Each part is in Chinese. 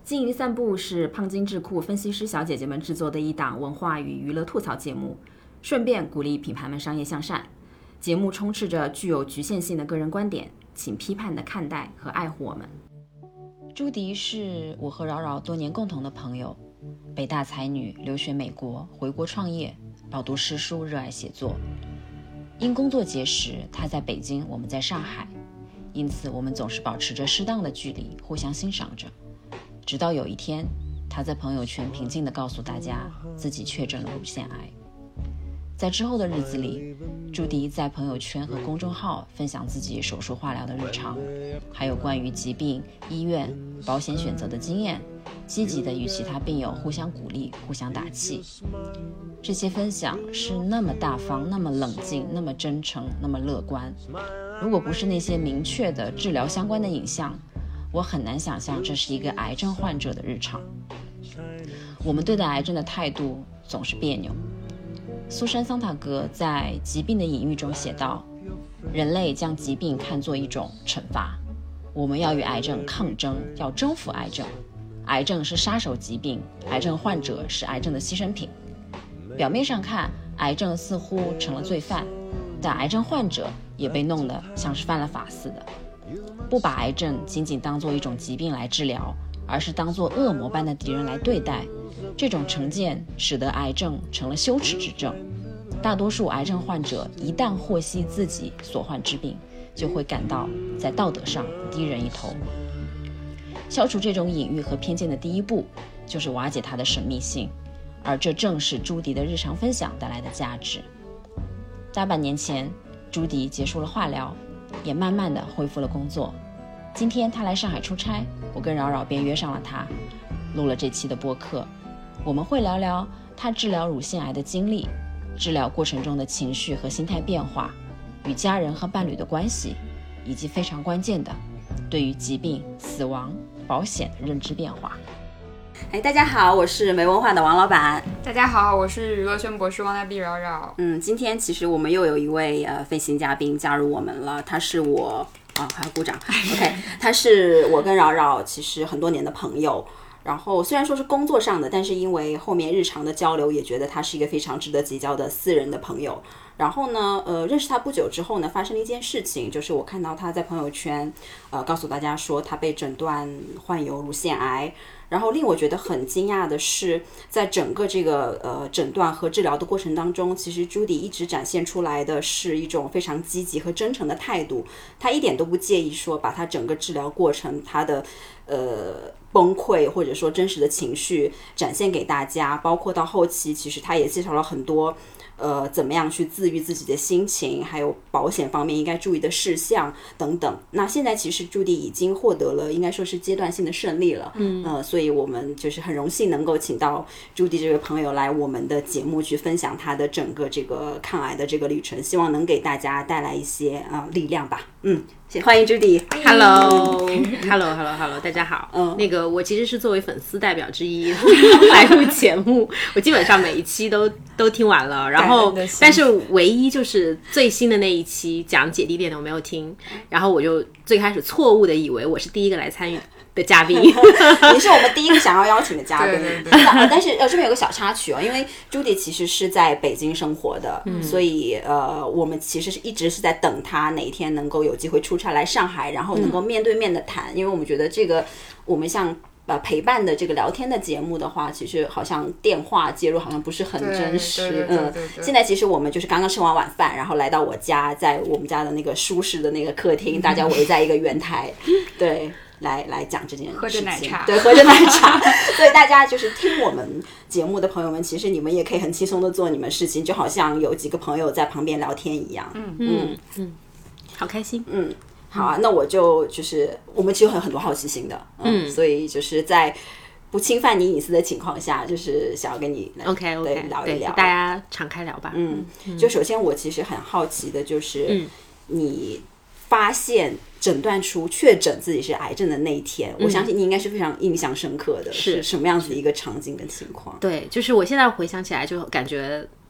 经营散步是胖金智库分析师小姐姐们制作的一档文化与娱乐吐槽节目，顺便鼓励品牌们商业向善。节目充斥着具有局限性的个人观点，请批判地看待和爱护我们。朱迪是我和扰扰多年共同的朋友，北大才女，留学美国，回国创业，饱读诗书，热爱写作。因工作结识，她在北京，我们在上海，因此我们总是保持着适当的距离，互相欣赏着。直到有一天，她在朋友圈平静地告诉大家自己确诊了乳腺癌。在之后的日子里，朱迪在朋友圈和公众号分享自己手术化疗的日常，还有关于疾病、医院、保险选择的经验，积极地与其他病友互相鼓励、互相打气。这些分享是那么大方、那么冷静、那么真诚、那么乐观。如果不是那些明确的治疗相关的影像，我很难想象这是一个癌症患者的日常。我们对待癌症的态度总是别扭。苏珊·桑塔格在《疾病的隐喻》中写道，人类将疾病看作一种惩罚，我们要与癌症抗争，要征服癌症。癌症是杀手疾病，癌症患者是癌症的牺牲品。表面上看，癌症似乎成了罪犯，但癌症患者也被弄得像是犯了法似的。不把癌症仅仅当作一种疾病来治疗，而是当作恶魔般的敌人来对待，这种成见使得癌症成了羞耻之症。大多数癌症患者一旦获悉自己所患之病，就会感到在道德上低人一头。消除这种隐喻和偏见的第一步，就是瓦解它的神秘性，而这正是朱迪的日常分享带来的价值。大半年前，朱迪结束了化疗，也慢慢的恢复了工作。今天他来上海出差，我跟扰扰便约上了他，录了这期的播客。我们会聊聊他治疗乳腺癌的经历，治疗过程中的情绪和心态变化，与家人和伴侣的关系，以及非常关键的，对于疾病、死亡、保险的认知变化。大家好，我是没文化的王老板。 大家好，我是娱乐圈博士汪大碧扰扰。 今天其实我们又有一位飞行嘉宾加入我们了，他是我还要鼓掌OK， 他是我跟扰扰其实很多年的朋友。然后虽然说是工作上的，但是因为后面日常的交流，也觉得他是一个非常值得结交的私人的朋友。然后呢，认识他不久之后呢，发生了一件事情，就是我看到他在朋友圈，告诉大家说他被诊断患有乳腺癌。然后令我觉得很惊讶的是，在整个这个诊断和治疗的过程当中，其实朱迪一直展现出来的是一种非常积极和真诚的态度。他一点都不介意说把他整个治疗过程他的崩溃或者说真实的情绪展现给大家，包括到后期其实他也介绍了很多怎么样去自愈自己的心情，还有保险方面应该注意的事项等等。那现在其实朱迪已经获得了应该说是阶段性的胜利了，所以我们就是很荣幸能够请到朱迪这位朋友来我们的节目去分享他的整个这个抗癌的这个旅程，希望能给大家带来一些力量吧。欢迎朱迪。 Hello， 大家好。那个我其实是作为粉丝代表之一来录节目，我基本上每一期都听完了，然后但是唯一就是最新的那一期讲姐弟恋的我没有听，然后我就最开始错误的以为我是第一个来参与的嘉宾你是我们第一个想要邀请的嘉宾。 对但是这边有个小插曲因为朱迪其实是在北京生活的，所以我们其实是一直是在等他哪一天能够有机会出差来上海，然后能够面对面的谈，因为我们觉得这个我们像陪伴的这个聊天的节目的话，其实好像电话介入好像不是很真实。现在其实我们就是刚刚吃完晚饭，然后来到我家，在我们家的那个舒适的那个客厅，大家围在一个圆台，对，来讲这件事情， 喝着奶茶， 对，喝着奶茶。所以大家就是听我们节目的朋友们，其实你们也可以很轻松的做你们事情，就好像有几个朋友在旁边聊天一样。 好开心。 好啊，那我就是我们其实有很多好奇心的，所以就是在不侵犯你隐私的情况下，就是想要跟你来 OK 聊一聊， 大家敞开聊吧。 就首先我其实很好奇的就是你发现诊断出确诊自己是癌症的那一天，我相信你应该是非常印象深刻的，是什么样子的一个场景跟情况？ 对，就是我现在回想起来就感觉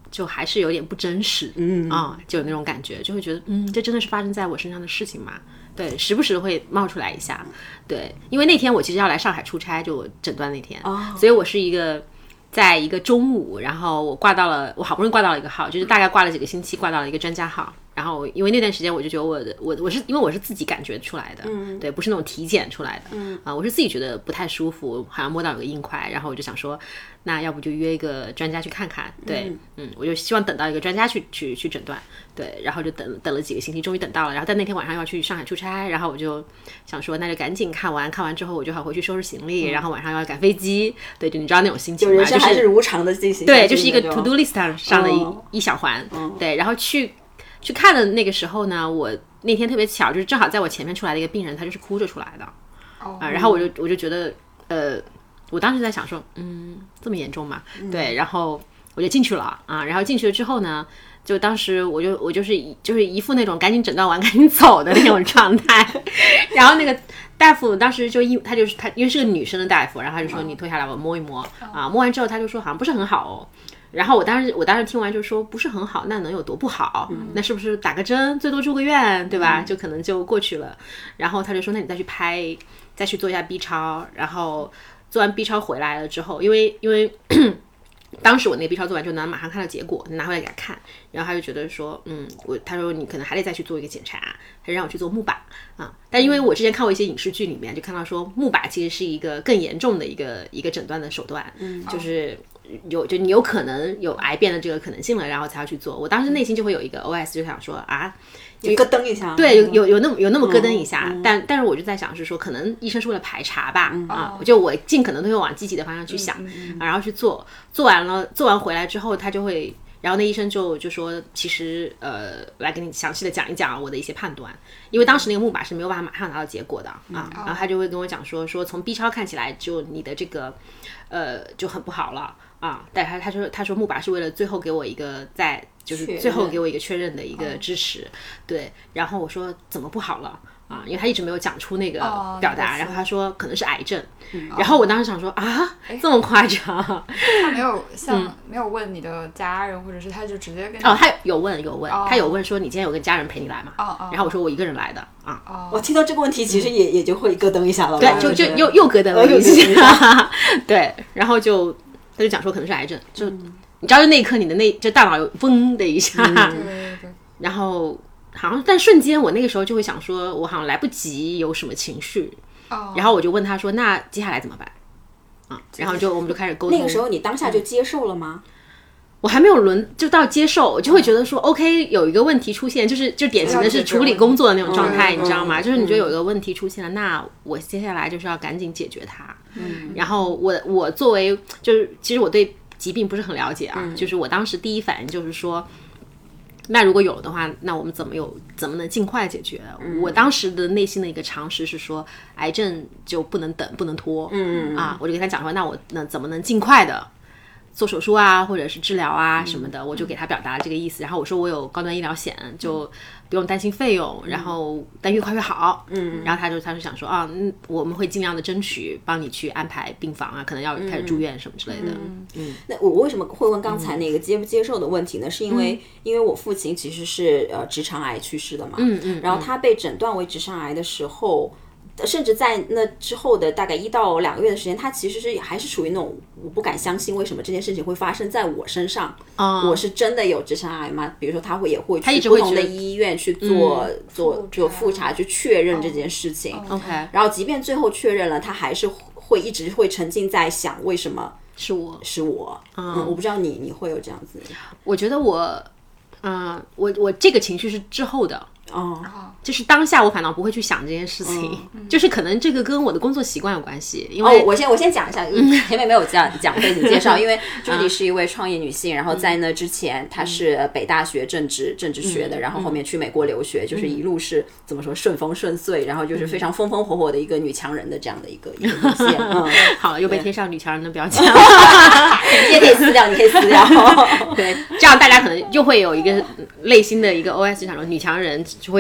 就还是有点不真实，就有那种感觉，就会觉得这真的是发生在我身上的事情吗？对，时不时会冒出来一下。对，因为那天我其实要来上海出差，就我诊断那天，所以我是在一个中午，然后我好不容易挂到了一个号，就是大概挂了几个星期，挂到了一个专家号。然后因为那段时间我就觉得我是因为我是自己感觉出来的，对，不是那种体检出来的，我是自己觉得不太舒服，好像摸到有个硬块，然后我就想说，那要不就约一个专家去看看，对，我就希望等到一个专家去诊断，对，然后就等了几个星期，终于等到了，然后但那天晚上要去上海出差，然后我就想说，那就赶紧看完之后我就好回去收拾行李，然后晚上要赶飞机，对，就你知道那种心情吗？ 人生还是如常的进行， 对，就是一个 to do list 上的一小环，对，然后去看的那个时候呢，我那天特别巧，就是正好在我前面出来的一个病人，他就是哭着出来的，然后我就觉得，我当时在想说，这么严重吗？对，然后我就进去了啊，然后进去了之后呢，就当时我就是一副那种赶紧诊断完赶紧走的那种状态，然后那个大夫当时就他因为是个女生的大夫，然后他就说你脱下来我摸一摸啊，摸完之后他就说好像不是很好哦。然后我当时听完就说不是很好，那能有多不好？那是不是打个针，最多住个院，对吧？就可能就过去了。然后他就说，那你再去做一下 B 超，然后做完 B 超回来了之后，因为当时我那个 B 超做完就能马上看到结果，拿回来给他看，然后他就觉得说，他说你可能还得再去做一个检查，他让我去做钼靶啊。但因为我之前看过一些影视剧里面，就看到说钼靶其实是一个更严重的一个诊断的手段，就是就你有可能有癌变的这个可能性了，然后才要去做。我当时内心就会有一个 OS， 就想说啊， 就咯噔一下， 对，有那么咯噔一下，但是我就在想是说，可能医生是为了排查吧，我尽可能都会往积极的方向去想，然后去做完回来之后，他就会。然后那医生就说，其实来跟你详细的讲一讲我的一些判断，因为当时那个钼靶是没有办法马上拿到结果的啊。然后他就会跟我讲说从 B 超看起来，就你的这个就很不好了啊。但他说钼靶是为了最后给我一个就是最后给我一个确认的一个支持，对。然后我说怎么不好了？因为他一直没有讲出那个表达，然后他说可能是癌症，然后我当时想说这么夸张？ 他没有问你的家人，或者是他就直接跟你他有问，他有问说你今天有跟家人陪你来吗？然后我说我一个人来的我听到这个问题其实也就会咯噔一下了， 对，就又咯噔了一下，对，然后他就讲说可能是癌症，就你知道就那一刻你的就大脑有嗡的一下， 对， 然后。好像但瞬间我那个时候就会想说我好像来不及有什么情绪，然后我就问他说那接下来怎么办然后我们就开始沟通。 那个时候你当下就接受了吗？ 我还没有就到接受，我就会觉得说OK 有一个问题出现，就典型的是处理工作的那种状态，你知道吗？就是你觉得有一个问题出现了，那我接下来就是要赶紧解决它。然后我作为就是其实我对疾病不是很了解就是我当时第一反应就是说那如果有的话，那我们怎么能尽快解决？我当时的内心的一个常识是说，癌症就不能等，不能拖。我就跟他讲说，那我怎么能尽快的做手术啊，或者是治疗啊什么的，我就给他表达这个意思。然后我说我有高端医疗险，就不用担心费用，然后但越快越好。然后他就想说我们会尽量的争取帮你去安排病房啊，可能要开始住院什么之类的。 那我为什么会问刚才那个接不接受的问题呢？是因为我父亲其实是直肠癌去世的嘛，然后他被诊断为直肠癌的时候。甚至在那之后的大概1到2个月的时间，他其实还是处于那种我不敢相信为什么这件事情会发生在我身上，我是真的有直肠癌吗？比如说他也会去不同的医院去做复查，去确认这件事情。 OK， 然后即便最后确认了，他还是会一直会沉浸在想为什么是我。我不知道你会有这样子。 我觉得我这个情绪是之后的。就是当下我反倒不会去想这件事情，就是可能这个跟我的工作习惯有关系。因为我先讲一下，前面没有讲背景介绍，因为 Judy 是一位创业女性，然后在那之前她是北大学政治学的，然后后面去美国留学，就是一路是怎么说顺风顺遂，然后就是非常风风火火的一个女强人的这样的一个路线。 好了，又被贴上女强人的标签， 你也可以撕掉， 对，这样大家可能就会有一个内心的一个 OS， 就想说女强人就会得病。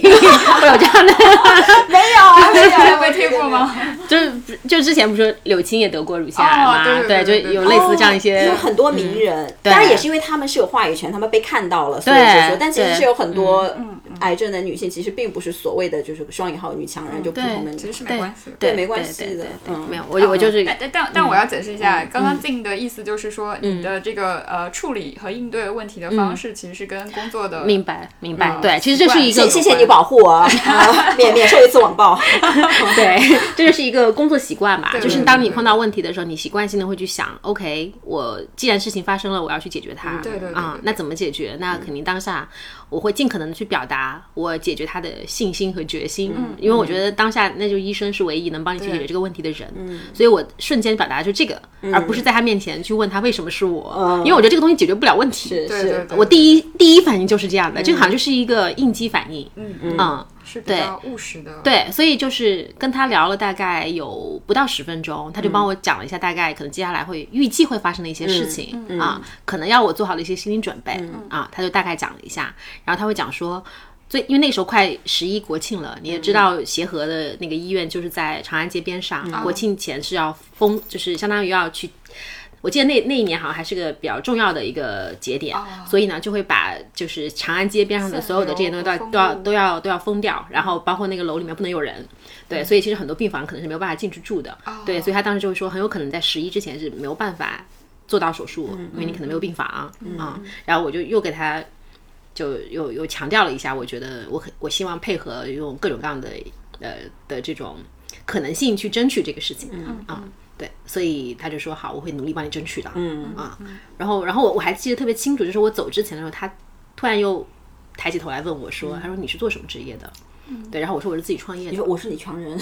会有这样的没有被贴过吗？ 就之前不是说柳青也得过乳腺癌嘛？对，就有类似这样一些， 有很多名人，当然也是因为他们是有话语权，他们被看到了，所以就说，但其实是有很多癌症的女性，其实并不是所谓的就是双引号女强人，就普通的， 其实是没关系的， 对，没关系的， 没有，我就是， 但我要解释一下，刚刚静的意思就是说，你的这个处理和应对问题的方式，其实是跟工作的明白，对，其实这是一个， 谢谢你保护我，免受一次网暴， 对，这就是一个工作习惯嘛，就是当你碰到问题的时候，你习惯性的会去想 ，OK， 我既然事情发生了，我要去解决它， 对那怎么解决？那肯定当下我会尽可能的去表达我解决它的信心和决心，因为我觉得当下那就医生是唯一能帮你去解决这个问题的人，所以我瞬间表达就这个，而不是在他面前去问他为什么是我，因为我觉得这个东西解决不了问题， 是我第一反应就是这样的，这个好像就是一个应激反应， 是比较务实的， 对，所以就是跟他聊了大概有不到10分钟，他就帮我讲了一下大概可能接下来会预计会发生的一些事情，可能要我做好的一些心理准备，他就大概讲了一下，然后他会讲说，因为那个时候快11国庆了，你也知道协和的那个医院就是在长安街边上，国庆前是要封，就是相当于要去。我记得那一年好像还是个比较重要的一个节点，所以呢就会把就是长安街边上的所有的这些东西都要封掉，然后包括那个楼里面不能有人，对，所以其实很多病房可能是没有办法进去住的，对，所以他当时就会说很有可能在11之前是没有办法做到手术，因为你可能没有病房然后我就又给他就又强调了一下，我觉得我希望配合用各种各样的这种可能性去争取这个事情，对，所以他就说好，我会努力帮你争取的，然后我还记得特别清楚，就是我走之前的时候，他突然又抬起头来问我说，他说你是做什么职业的？对，然后我说我是自己创业的。 你说我是你强人，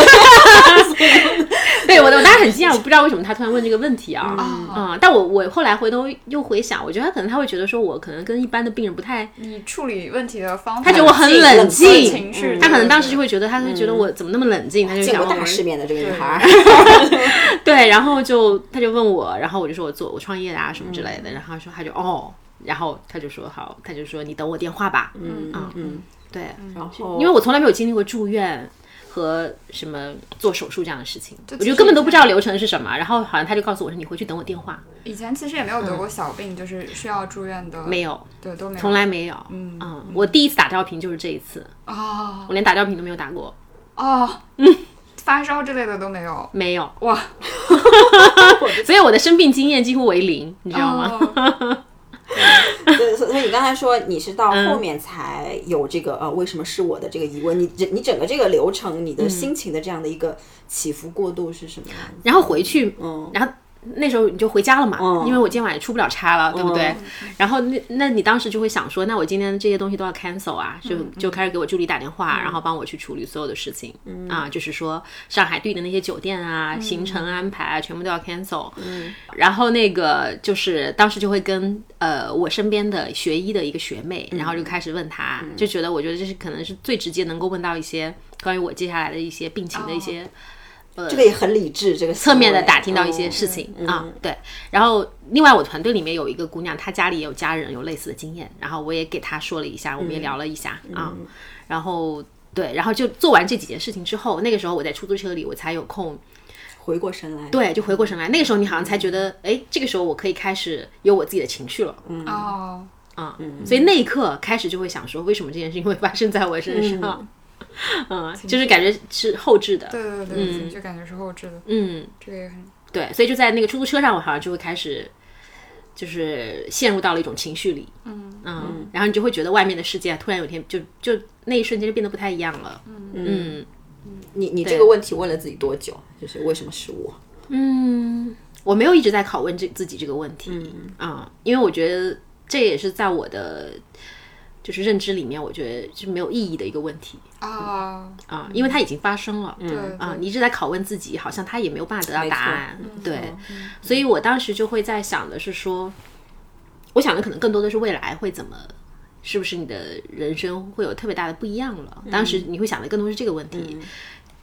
对我当时很惊讶，我不知道为什么他突然问这个问题啊，但我后来回头又回想，我觉得他会觉得说我可能跟一般的病人不太， 你处理问题的方法， 他觉得我很冷静， 情绪， 他可能当时就会觉得，他会觉得我怎么那么冷静，他就想见过大世面的这个女孩， 对，然后他就问我，然后我就说我创业啊什么之类的，然后他就然后他就说好，他就说你等我电话吧，对， 然后因为我从来没有经历过住院和什么做手术这样的事情，我就根本都不知道流程是什么，然后好像他就告诉我说你回去等我电话。 以前其实也没有得过小病，就是需要住院的， 没有， 对，都没有， 从来没有，我第一次打吊瓶就是这一次，我连打吊瓶都没有打过， 发烧之类的都没有， 没有， 哇， 所以我的生病经验几乎为零，你知道吗？ 对，所以你刚才说你是到后面才有这个为什么是我的这个疑问？你整个这个流程，你的心情的这样的一个起伏过渡是什么样子？ 然后回去，然后那时候你就回家了嘛，因为我今晚也出不了差了，对不对？然后那你当时就会想说，那我今天这些东西都要 cancel 啊，就开始给我助理打电话，然后帮我去处理所有的事情，就是说上海订的那些酒店啊、行程安排啊，全部都要 cancel。然后那个就是当时就会跟我身边的学医的一个学妹，然后就开始问她，就觉得我觉得这是可能是最直接能够问到一些关于我接下来的一些病情的一些。 这个也很理智，这个侧面的打听到一些事情对。然后另外我团队里面有一个姑娘，她家里也有家人有类似的经验，然后我也给她说了一下，我们也聊了一下然后对，然后就做完这几件事情之后，那个时候我在出租车里，我才有空回过神来， 对，就回过神来。那个时候你好像才觉得，哎，这个时候我可以开始有我自己的情绪了，所以那一刻开始就会想说，为什么这件事情会发生在我身上？就是感觉是后置的， 对，就感觉是后置的，这个也很对，所以就在那个出租车上，我好像就会开始就是陷入到了一种情绪里，然后你就会觉得外面的世界突然有一天就那一瞬间就变得不太一样了， 你这个问题问了自己多久？就是为什么是我？ 我没有一直在拷问自己这个问题，因为我觉得这也是在我的就是认知里面，我觉得是没有意义的一个问题因为它已经发生了，你一直在拷问自己，好像它也没有办法得到答案，对，所以我当时就会在想的是说，我想的可能更多的是未来会怎么，是不是你的人生会有特别大的不一样了？当时你会想的更多是这个问题。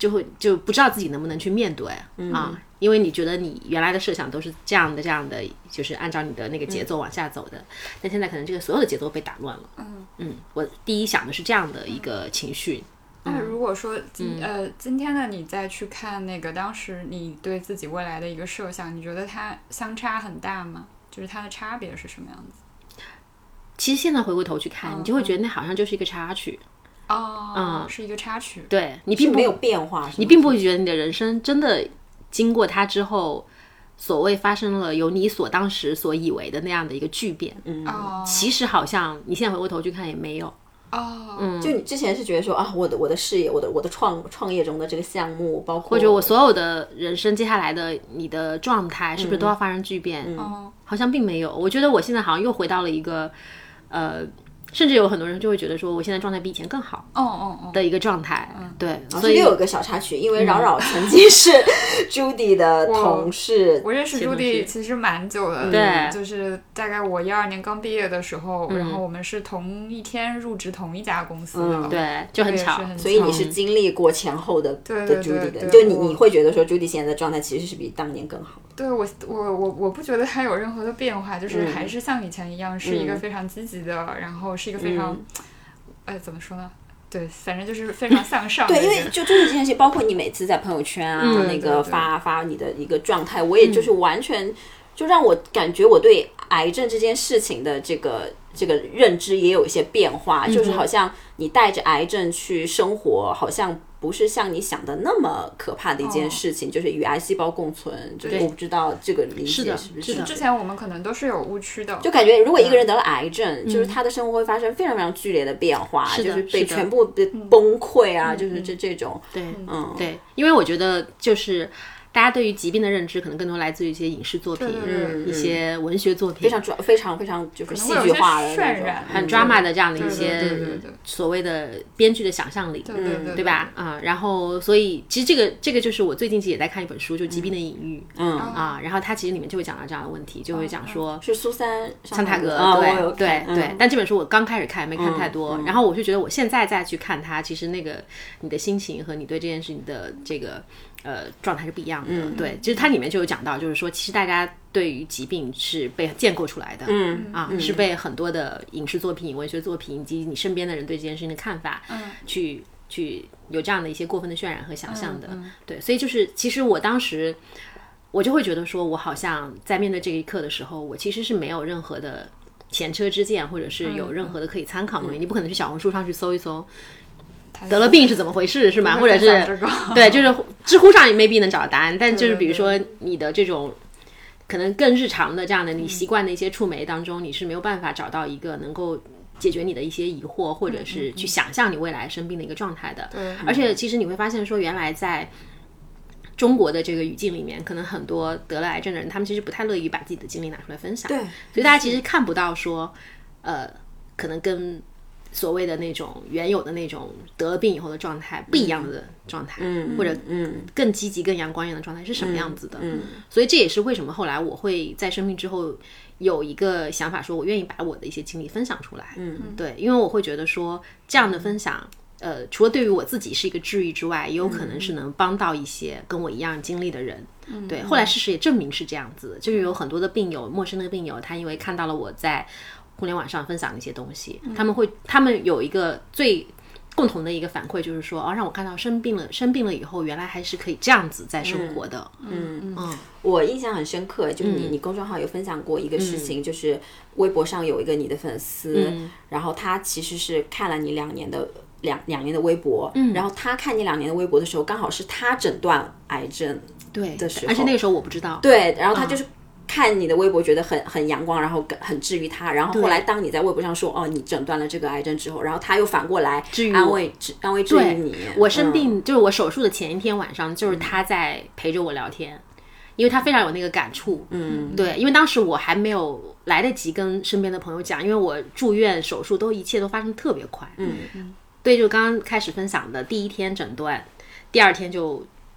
就不知道自己能不能去面对因为你觉得你原来的设想都是这样的，就是按照你的那个节奏往下走的，但现在可能这个所有的节奏被打乱了。我第一想的是这样的一个情绪。 那如果说今天呢，你再去看那个当时你对自己未来的一个设想，你觉得它相差很大吗？就是它的差别是什么样子？ 其实现在回过头去看，你就会觉得那好像就是一个插曲。 是一个插曲。 对，你并没有变化， 你并不会觉得你的人生真的经过它之后，所谓发生了有你当时所以为的那样的一个巨变。其实好像你现在回过头去看也没有。 就你之前是觉得说我的事业，我的创业中的这个项目，包括或者我所有的人生接下来的你的状态，是不是都要发生巨变？好像并没有。我觉得我现在好像又回到了一个甚至有很多人就会觉得说，我现在状态比以前更好的一个状态。对，所以有一个小插曲，因为扰扰曾经是 Judy 的同事， 我认识 Judy 其实蛮久的， 对， 就是大概我12年刚毕业的时候，然后我们是同一天入职同一家公司的， 对，就很巧。 所以你是经历过前后的 Judy 的， 就你会觉得说 Judy 现在的状态其实是比当年更好。 对，我不觉得它有任何的变化，就是还是像以前一样，是一个非常积极的，然后是一个非常，怎么说呢？对，反正就是非常向上的。 对，因为就是这件事，包括你每次在朋友圈那个发你的一个状态，我也就是完全就让我感觉我对癌症这件事情的这个认知也有一些变化，就是好像你带着癌症去生活，好像不是像你想的那么可怕的一件事情，就是与癌细胞共存。就是我不知道这个理解是不是？ 之前我们可能都是有误区的， 就感觉如果一个人得了癌症，就是他的生活会发生非常非常剧烈的变化，就是被全部崩溃啊，就是这种。 对，对，因为我觉得就是大家对于疾病的认知可能更多来自于一些影视作品，一些文学作品， 非常就是戏剧化的渲染， 很 drama 的这样的一些所谓的编剧的想象力，对吧？然后所以其实这个就是我最近其实也在看一本书，就《疾病的隐喻》然后它其实里面就会讲到这样的问题，就会讲说是苏珊桑塔格，对，但这本书我刚开始看，没看太多，然后我就觉得我现在再去看它，其实那个你的心情和你对这件事情的这个状态是不一样的。对，其实它里面就有讲到，就是说其实大家对于疾病是被建构出来的，是被很多的影视作品、文学作品以及你身边的人对这件事情的看法，去有这样的一些过分的渲染和想象的。对，所以就是其实我当时我就会觉得说，我好像在面对这一刻的时候，我其实是没有任何的前车之鉴，或者是有任何的可以参考的东西。你不可能去小红书上去搜一搜得了病是怎么回事，是吗？或者是对，就是知乎上也未必能找到答案，但就是比如说你的这种可能更日常的这样的你习惯的一些触媒当中，你是没有办法找到一个能够解决你的一些疑惑，或者是去想象你未来生病的一个状态的。而且其实你会发现说，原来在中国的这个语境里面，可能很多得了癌症的人，他们其实不太乐意把自己的经历拿出来分享。 对， 所以大家其实看不到说可能跟所谓的那种原有的那种得了病以后的状态不一样的状态，或者更积极更阳光一样的状态是什么样子的。所以这也是为什么后来我会在生病之后有一个想法，说我愿意把我的一些经历分享出来。对，因为我会觉得说这样的分享除了对于我自己是一个治愈之外，也有可能是能帮到一些跟我一样经历的人。对，后来事实也证明是这样子，就是有很多的病友，陌生的病友，他因为看到了我在互联网上分享的一些东西，他们有一个最共同的一个反馈，就是说让我看到生病了以后，原来还是可以这样子在生活的。 我印象很深刻，就是你公众号有分享过一个事情，就是微博上有一个你的粉丝，然后他其实是看了你2年的微博，然后他看你2年的微博的时候，刚好是他诊断癌症的时候， 而且那个时候我不知道。 对，然后他就是看你的微博觉得很阳光，然后很治愈他，然后后来当你在微博上说你诊断了这个癌症之后，然后他又反过来安慰治愈你。 我生病就是我手术的前一天晚上，就是他在陪着我聊天，因为他非常有那个感触。对，因为当时我还没有来得及跟身边的朋友讲，因为我住院手术一切都发生特别快。对，就刚刚开始分享的第一天诊断，第2天就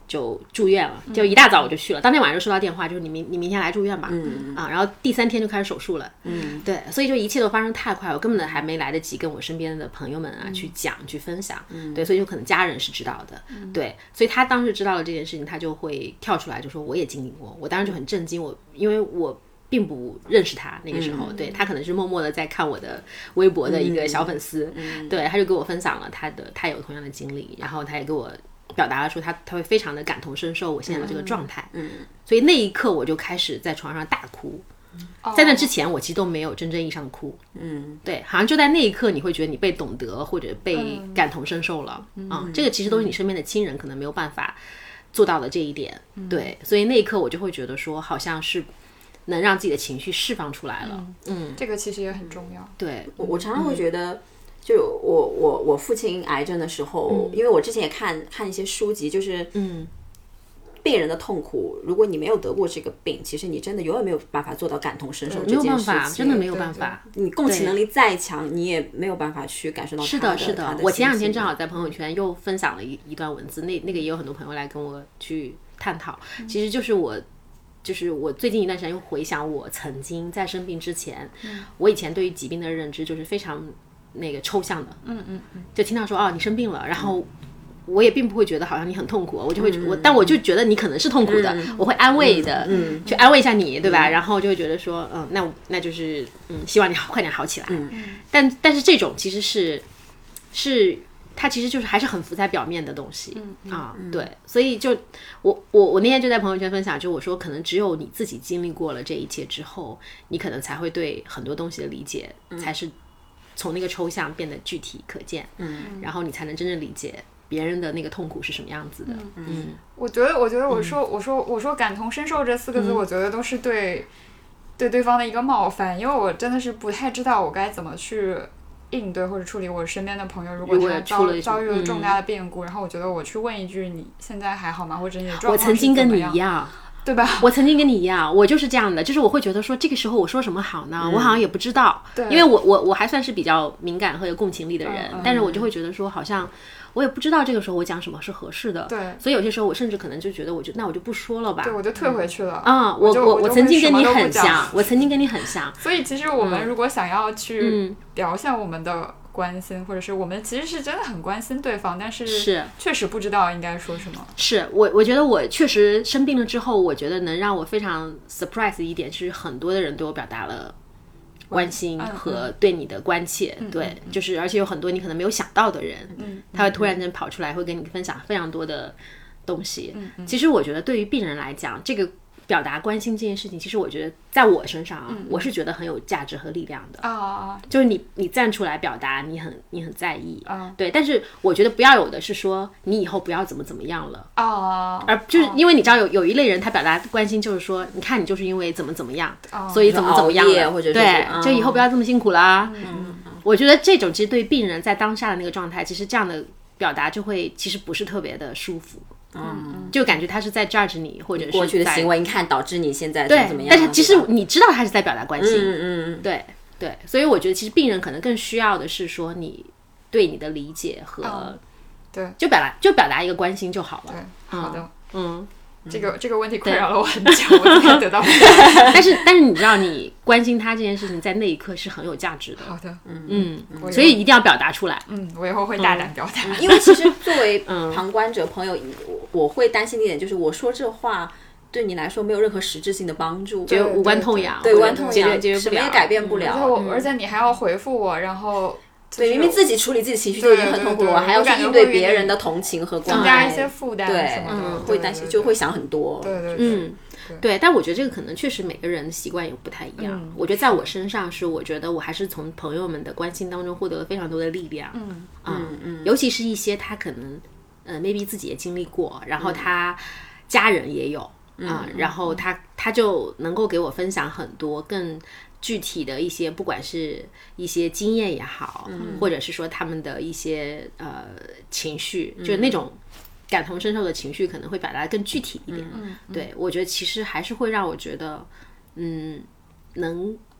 就住院了，就一大早我就去了，当天晚上就收到电话，就是你明天来住院吧，然后第3天就开始手术了，对，所以就一切都发生太快，我根本还没来得及跟我身边的朋友们啊去讲去分享，对，所以就可能家人是知道的，对，所以他当时知道了这件事情，他就会跳出来就说我也经历过，我当时就很震惊，因为我并不认识他那个时候，对，他可能是默默的在看我的微博的一个小粉丝，对，他就给我分享了他有同样的经历，然后他也给我表达了说他会非常的感同身受我现在的这个状态，所以那一刻我就开始在床上大哭，在那之前我其实都没有真正意义上的哭，对，好像就在那一刻你会觉得你被懂得或者被感同身受了，这个其实都是你身边的亲人可能没有办法做到的这一点，对，所以那一刻我就会觉得说好像是能让自己的情绪释放出来了， 这个其实也很重要， 对， 我常常会觉得就我父亲癌症的时候，因为我之前也看一些书籍，就是病人的痛苦，如果你没有得过这个病，其实你真的永远没有办法做到感同身受这件事情， 没有办法，真的没有办法。 你共情能力再强，你也没有办法去感受到他的。 是的。我前2天正好在朋友圈又分享了一段文字，那个也有很多朋友来跟我去探讨。其实就是我最近一段时间又回想我曾经在生病之前，我以前对于疾病的认知就是非常那个抽象的，就听到说你生病了，然后我也并不会觉得好像你很痛苦，我就会但我就觉得你可能是痛苦的，我会安慰的，去安慰一下你，对吧？然后就会觉得说，那就是希望你快点好起来。但是这种其实是它其实就是还是很浮在表面的东西，对，所以就我那天就在朋友圈分享，就我说可能只有你自己经历过了这一切之后，你可能才会对很多东西的理解，才是从那个抽象变得具体可见，然后你才能真正理解别人的那个痛苦是什么样子的。 我觉得我说感同身受这4个字，我觉得都是对对方的一个冒犯，因为我真的是不太知道我该怎么去应对或者处理我身边的朋友，如果他遭遇了重大的变故，然后我觉得我去问一句你现在还好吗，或者你的状况是怎么样， 我曾经跟你一样， 对吧？ 我曾经跟你一样，我就是这样的，就是我会觉得说这个时候我说什么好呢？我好像也不知道，因为我还算是比较敏感和有共情力的人，但是我就会觉得说好像我也不知道这个时候我讲什么是合适的， 对， 所以有些时候我甚至可能就觉得那我就不说了吧， 对，我就退回去了。 我曾经跟你很像，我曾经跟你很像， 所以其实我们如果想要去表现我们的关心，或者是我们其实是真的很关心对方，但是确实不知道应该说什么。 是我觉得我确实生病了之后，我觉得能让我非常 surprise 的一点是很多的人对我表达了关心和对你的关切，对，就是而且有很多你可能没有想到的人，他会突然间跑出来，会跟你分享非常多的东西。其实我觉得对于病人来讲，这个表达关心这件事情，其实我觉得在我身上我是觉得很有价值和力量的。就是你站出来表达你很在意，对，但是我觉得不要有的是说你以后不要怎么样了，而就是因为你知道有一类人他表达关心就是说你看你就是因为怎么样，所以怎么样了， 或者对，就以后不要这么辛苦啦。我觉得这种其实对病人在当下的那个状态，其实这样的表达就会其实不是特别的舒服。就感觉他是在 judge 你，或者是过去的行为，你看导致你现在怎么样？ 但是其实你知道他是在表达关心，对，所以我觉得其实病人可能更需要的是说你对你的理解和对， 就表达一个关心就好了。 对，好的，这个问题困扰了我很久，我才得到回答。但是你知道，你关心他这件事情，在那一刻是很有价值的。 好的， 所以一定要表达出来。 我以后会大胆表达。 因为其实作为旁观者朋友，我会担心的一点就是，我说这话对你来说没有任何实质性的帮助， 就无关痛痒， 对，无关痛痒， 什么也改变不了。 而且你还要回复我，然后。 对，明明自己处理自己情绪就已经很痛苦了，还要去应对别人的同情和关爱， 增加一些负担什么的， 会担心，就会想很多。 对， 但我觉得这个可能确实每个人的习惯也不太一样。我觉得在我身上是，我觉得我还是从朋友们的关心当中获得了非常多的力量。尤其是一些他可能maybe 自己也经历过，然后他家人也有然后他就能够给我分享很多更具体的一些，不管是一些经验也好，或者是说他们的一些情绪，就是那种感同身受的情绪，可能会表达得更具体一点。对，我觉得其实还是会让我觉得，能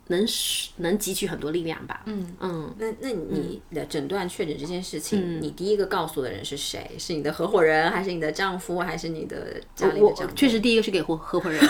能汲取很多力量吧。 那你的诊断确诊这件事情，你第一个告诉的人是谁？是你的合伙人，还是你的丈夫，还是你的家里的长辈？ 我确实第一个是给合伙人。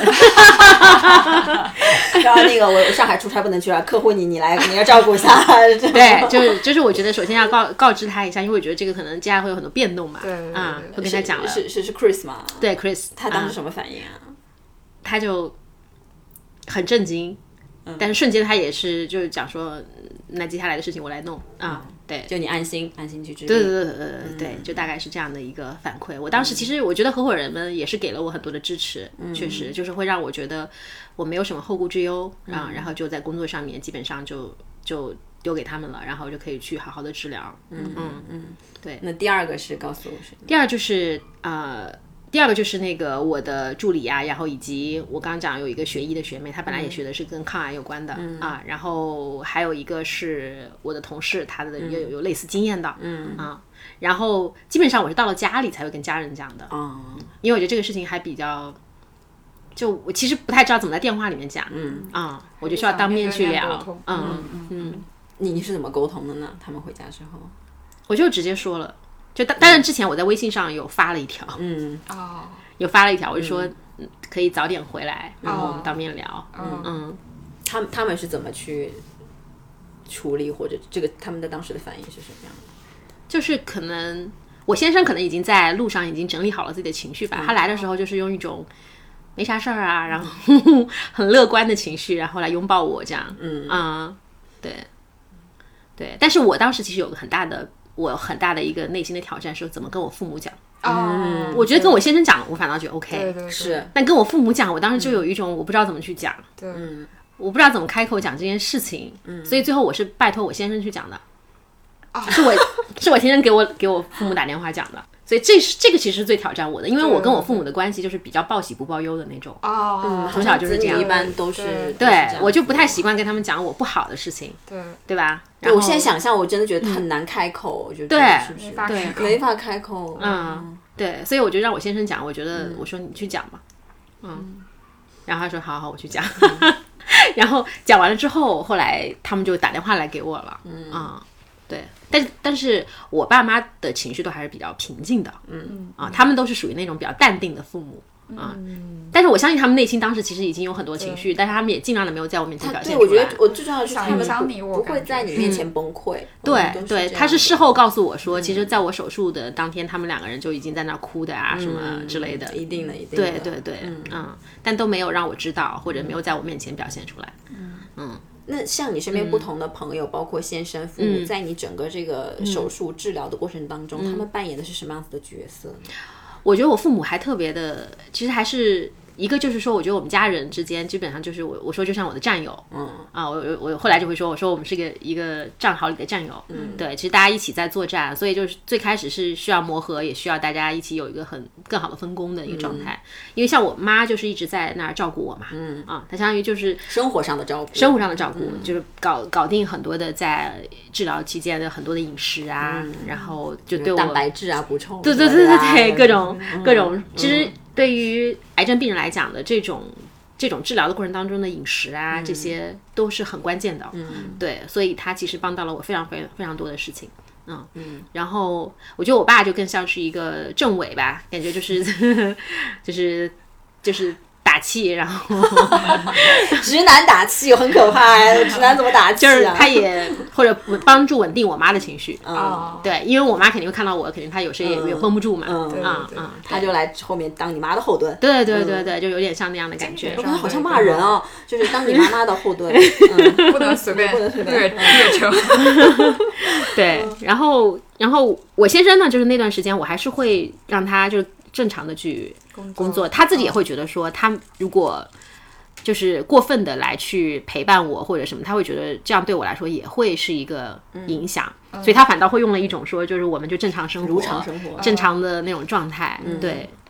然后那个我上海出差不能去了，客户你来照顾一下。 对，就是我觉得首先要告知他一下，因为我觉得这个可能接下来会有很多变动嘛。 对， 会跟他讲了。 是 Chris 吗？ 对 Chris， 他当时什么反应啊？ 他就很震惊。但是瞬间他也是就是讲说，那接下来的事情我来弄啊，对， 就你安心去治理。 对，就大概是这样的一个反馈。我当时其实我觉得合伙人们也是给了我很多的支持，确实就是会让我觉得我没有什么后顾之忧然后就在工作上面基本上就丢给他们了，然后就可以去好好的治疗。对。 那第二个是告诉我是？ 第二就是第二个就是那个我的助理啊，然后以及我刚刚讲有一个学医的学妹，她本来也学的是跟抗癌有关的然后还有一个是我的同事，她的也有类似经验的然后基本上我是到了家里才会跟家人讲的因为我觉得这个事情还比较，就我其实不太知道怎么在电话里面讲我就需要当面去聊你是怎么沟通的呢？他们回家之后， 我就直接说了。就当然之前我在微信上有发了一条，有发了一条，我就说可以早点回来，然后我们当面聊。 他们是怎么去处理，或者这个他们的当时的反应是什么样的？ 就是可能我先生可能已经在路上已经整理好了自己的情绪吧，他来的时候就是用一种没啥事儿啊，然后很乐观的情绪，然后来拥抱我这样。对，但是我当时其实有个很大的一个内心的挑战是怎么跟我父母讲。我觉得跟我先生讲我反倒觉得 OK， 对是， 但跟我父母讲我当时就有一种我不知道怎么去讲，我不知道怎么开口讲这件事情，所以最后我是拜托我先生去讲的。是我先生给我父母打电话讲的，所以这个其实是最挑战我的，因为我跟我父母的关系就是比较报喜不报忧的那种从小就是这样， 一般都是对，我就不太习惯跟他们讲我不好的事情，对吧？ 我现在想象我真的觉得很难开口，我觉得是不是没法开口， 对，所以我就让我先生讲，我觉得我说你去讲吧，然后他说好我去讲，然后讲完了之后，后来他们就打电话来给我了，对，但是我爸妈的情绪都还是比较平静的，他们都是属于那种比较淡定的父母但是我相信他们内心当时其实已经有很多情绪，但是他们也尽量的没有在我面前表现出来。 对，我觉得我最重要的是他们不会在你面前崩溃。 对，他是事后告诉我说，其实在我手术的当天，他们两个人就已经在那哭的什么之类的。 一定的。 对，但都没有让我知道，或者没有在我面前表现出来。 那像你身边不同的朋友，包括先生、父母，在你整个这个手术治疗的过程当中，他们扮演的是什么样子的角色呢？ 我觉得我父母还特别的，其实还是一个就是说，我觉得我们家人之间基本上就是我说就像我的战友，我后来就会说，我说我们是一个战壕里的战友，对，其实大家一起在作战，所以就是最开始是需要磨合，也需要大家一起有一个更好的分工的一个状态，因为像我妈就是一直在那儿照顾我嘛，她相当于就是生活上的照顾， 就是搞定很多的在治疗期间的很多的饮食啊，然后就对我蛋白质啊补充， 对，各种，其实对于癌症病人来讲的这种治疗的过程当中的饮食啊，这些都是很关键的，对，所以他其实帮到了我非常非常非常多的事情，然后我觉得我爸就更像是一个政委吧，感觉就是打气，然后直男打气很可怕，直男怎么打气啊？ 就是他也或者帮助稳定我妈的情绪，对，因为我妈肯定会看到我，肯定她有时也绷不住嘛， 他就来后面当你妈的后盾， 对，就有点像那样的感觉， 好像骂人哦，就是当你妈妈的后盾， 不能随便越扯， 对，然后我先生呢，就是那段时间我还是会让他就是正常的去工作，他自己也会觉得说，他如果就是过分的来去陪伴我或者什么，他会觉得这样对我来说也会是一个影响，所以他反倒会用了一种说，就是我们就正常生活， 如常生活， 正常的那种状态，对，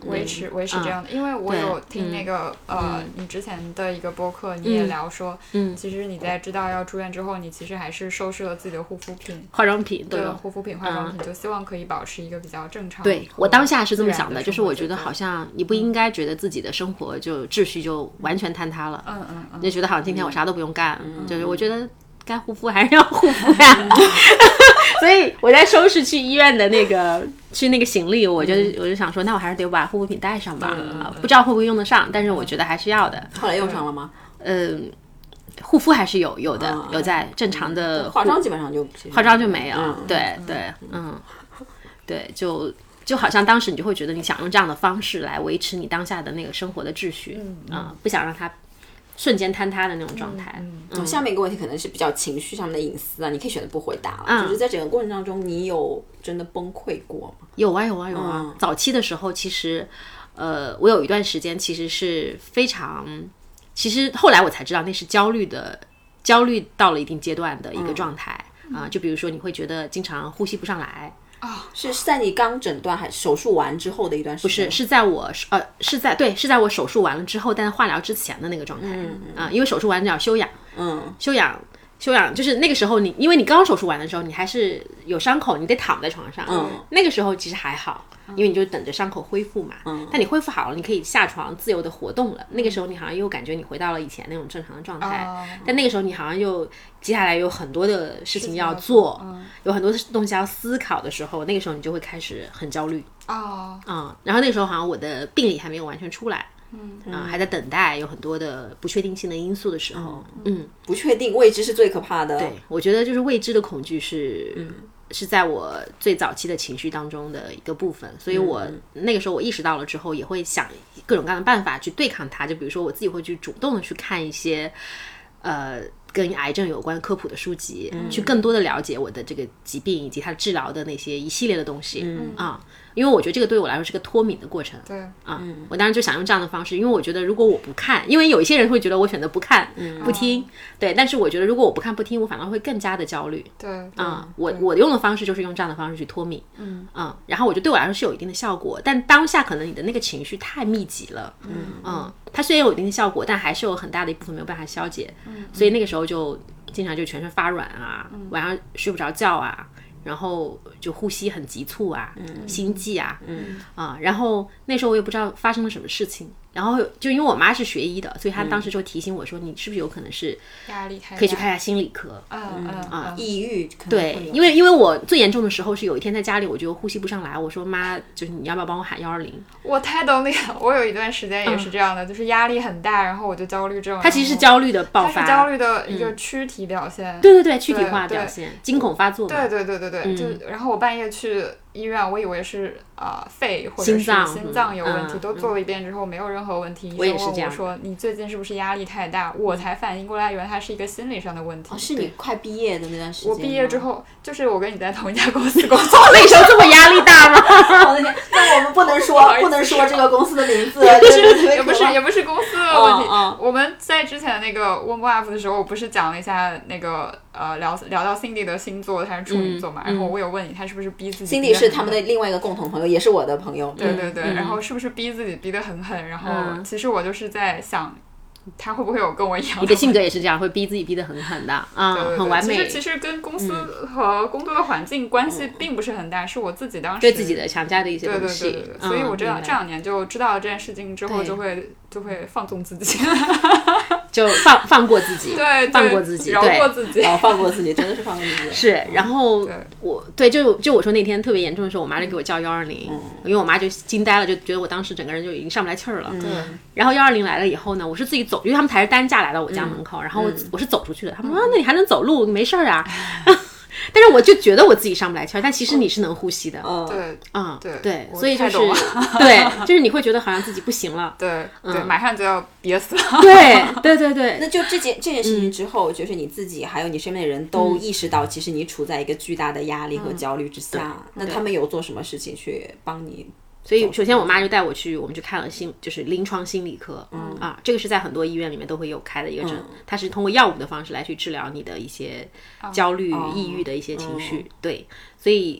维持这样的，因为我有听那个你之前的一个播客，你也聊说，其实你在知道要住院之后，你其实还是收拾了自己的护肤品、 化妆品， 对，护肤品、化妆品，就希望可以保持一个比较正常。 对，我当下是这么想的，就是我觉得好像你不应该觉得自己的生活就秩序就完全坍塌了，就觉得好像今天我啥都不用干，就是我觉得该护肤还是要护肤呀。所以我在收拾去医院的那个行李，我就想说，那我还是得把护肤品带上吧，不知道会不会用得上，但是我觉得还是要的。 后来用上了吗？ 护肤还是有的，有在正常的化妆基本上化妆就没有，对对，对，就好像当时你就会觉得你想用这样的方式来维持你当下的那个生活的秩序，不想让它瞬间坍塌的那种状态。 下面一个问题可能是比较情绪上面的隐私啊，你可以选择不回答了。就是在整个过程当中，你有真的崩溃过吗？ 有啊。早期的时候，其实我有一段时间其实是非常，其实后来我才知道那是焦虑到了一定阶段的一个状态就比如说你会觉得经常呼吸不上来。 是在你刚诊断还手术完之后的一段时间？ 不是，是在我是在我手术完了之后，但是化疗之前的那个状态。因为手术完要休养，休养就是那个时候因为你刚手术完的时候，你还是有伤口，你得躺在床上。那个时候其实还好，因为你就等着伤口恢复嘛。但你恢复好了，你可以下床自由的活动了。那个时候你好像又感觉你回到了以前那种正常的状态。但那个时候你好像又接下来有很多的事情要做，有很多东西要思考的时候，那个时候你就会开始很焦虑。然后那个时候好像我的病理还没有完全出来。还在等待，有很多的不确定性的因素的时候， 不确定、未知是最可怕的。 对，我觉得就是未知的恐惧是在我最早期的情绪当中的一个部分，所以我那个时候我意识到了之后，也会想各种各样的办法去对抗它。就比如说我自己会去主动的去看一些跟癌症有关科普的书籍，去更多的了解我的这个疾病以及它治疗的那些一系列的东西。因为我觉得这个对我来说是个脱敏的过程。 对我当时就想用这样的方式，因为我觉得如果我不看，因为有一些人会觉得我选择不看、不听，对，但是我觉得如果我不看不听，我反而会更加的焦虑。 对我用的方式就是用这样的方式去脱敏。然后我觉得对我来说是有一定的效果，但当下可能你的那个情绪太密集了。它虽然有一定的效果，但还是有很大的一部分没有办法消解。所以那个时候就经常就全身发软啊，晚上睡不着觉啊。然后就呼吸很急促啊，心悸啊，然后那时候我也不知道发生了什么事情，然后就因为我妈是学医的，所以她当时就提醒我说，你是不是有可能是压力太大， 可以去看一下心理科。 抑郁。 对，因为我最严重的时候是有一天在家里我就呼吸不上来，我说妈，就是你要不要帮我喊120？ 我太懂那个，我有一段时间也是这样的，就是压力很大，然后我就焦虑症。 它其实是焦虑的爆发， 它是焦虑的一个躯体表现。 对，躯体化表现，惊恐发作嘛。 对，就然后我半夜去医院，我以为是肺或者是心脏有问题，都做了一遍之后没有任何问题。 我也是这样。 我说你最近是不是压力太大？我才反应过来，原来它是一个心理上的问题。 是你快毕业的那段时间。 我毕业之后，就是我跟你在同一家公司工作， 那时候这么压力大吗？ 我的天，那我们不能说这个公司的名字， 也不是公司的问题。我们在之前那个 Warm Up 的时候，我不是讲了一下那个聊到 Cindy 的星座，她是处女座嘛，然后我有问你，她是不是逼自己 ？Cindy 是他们的另外一个共同朋友，也是我的朋友。 对，然后是不是逼自己逼得很狠？然后其实我就是在想，他会不会有跟我一样？ 你的性格也是这样，会逼自己逼得很狠的，很完美。 其实跟公司和工作的环境关系并不是很大，是我自己当时对自己的强加的一些东西。 对，所以我这2年就知道了这件事情之后，就会放纵自己。 就放过自己， 对， 放过自己， 饶过自己， 放过自己，真的是放过自己。 是，然后就我说那天特别严重的时候，我妈就给我叫120，因为我妈就惊呆了，就觉得我当时整个人就已经上不来气儿了。然后120来了以后呢，我是自己走，因为他们抬着担架来到我家门口，然后我是走出去的。他们说那你还能走路，没事儿啊。但是我就觉得我自己上不来气儿，但其实你是能呼吸的。对，所以就是对，就是你会觉得好像自己不行了。 对，马上就要憋死了。 对。 那就这件事情之后，就是你自己还有你身边的人都意识到，其实你处在一个巨大的压力和焦虑之下。那他们有做什么事情去帮你？ 所以首先我妈就带我去，我们去看了就是临床心理科。这个是在很多医院里面都会有开的一个诊，它是通过药物的方式来去治疗你的一些焦虑、抑郁的一些情绪。对，所以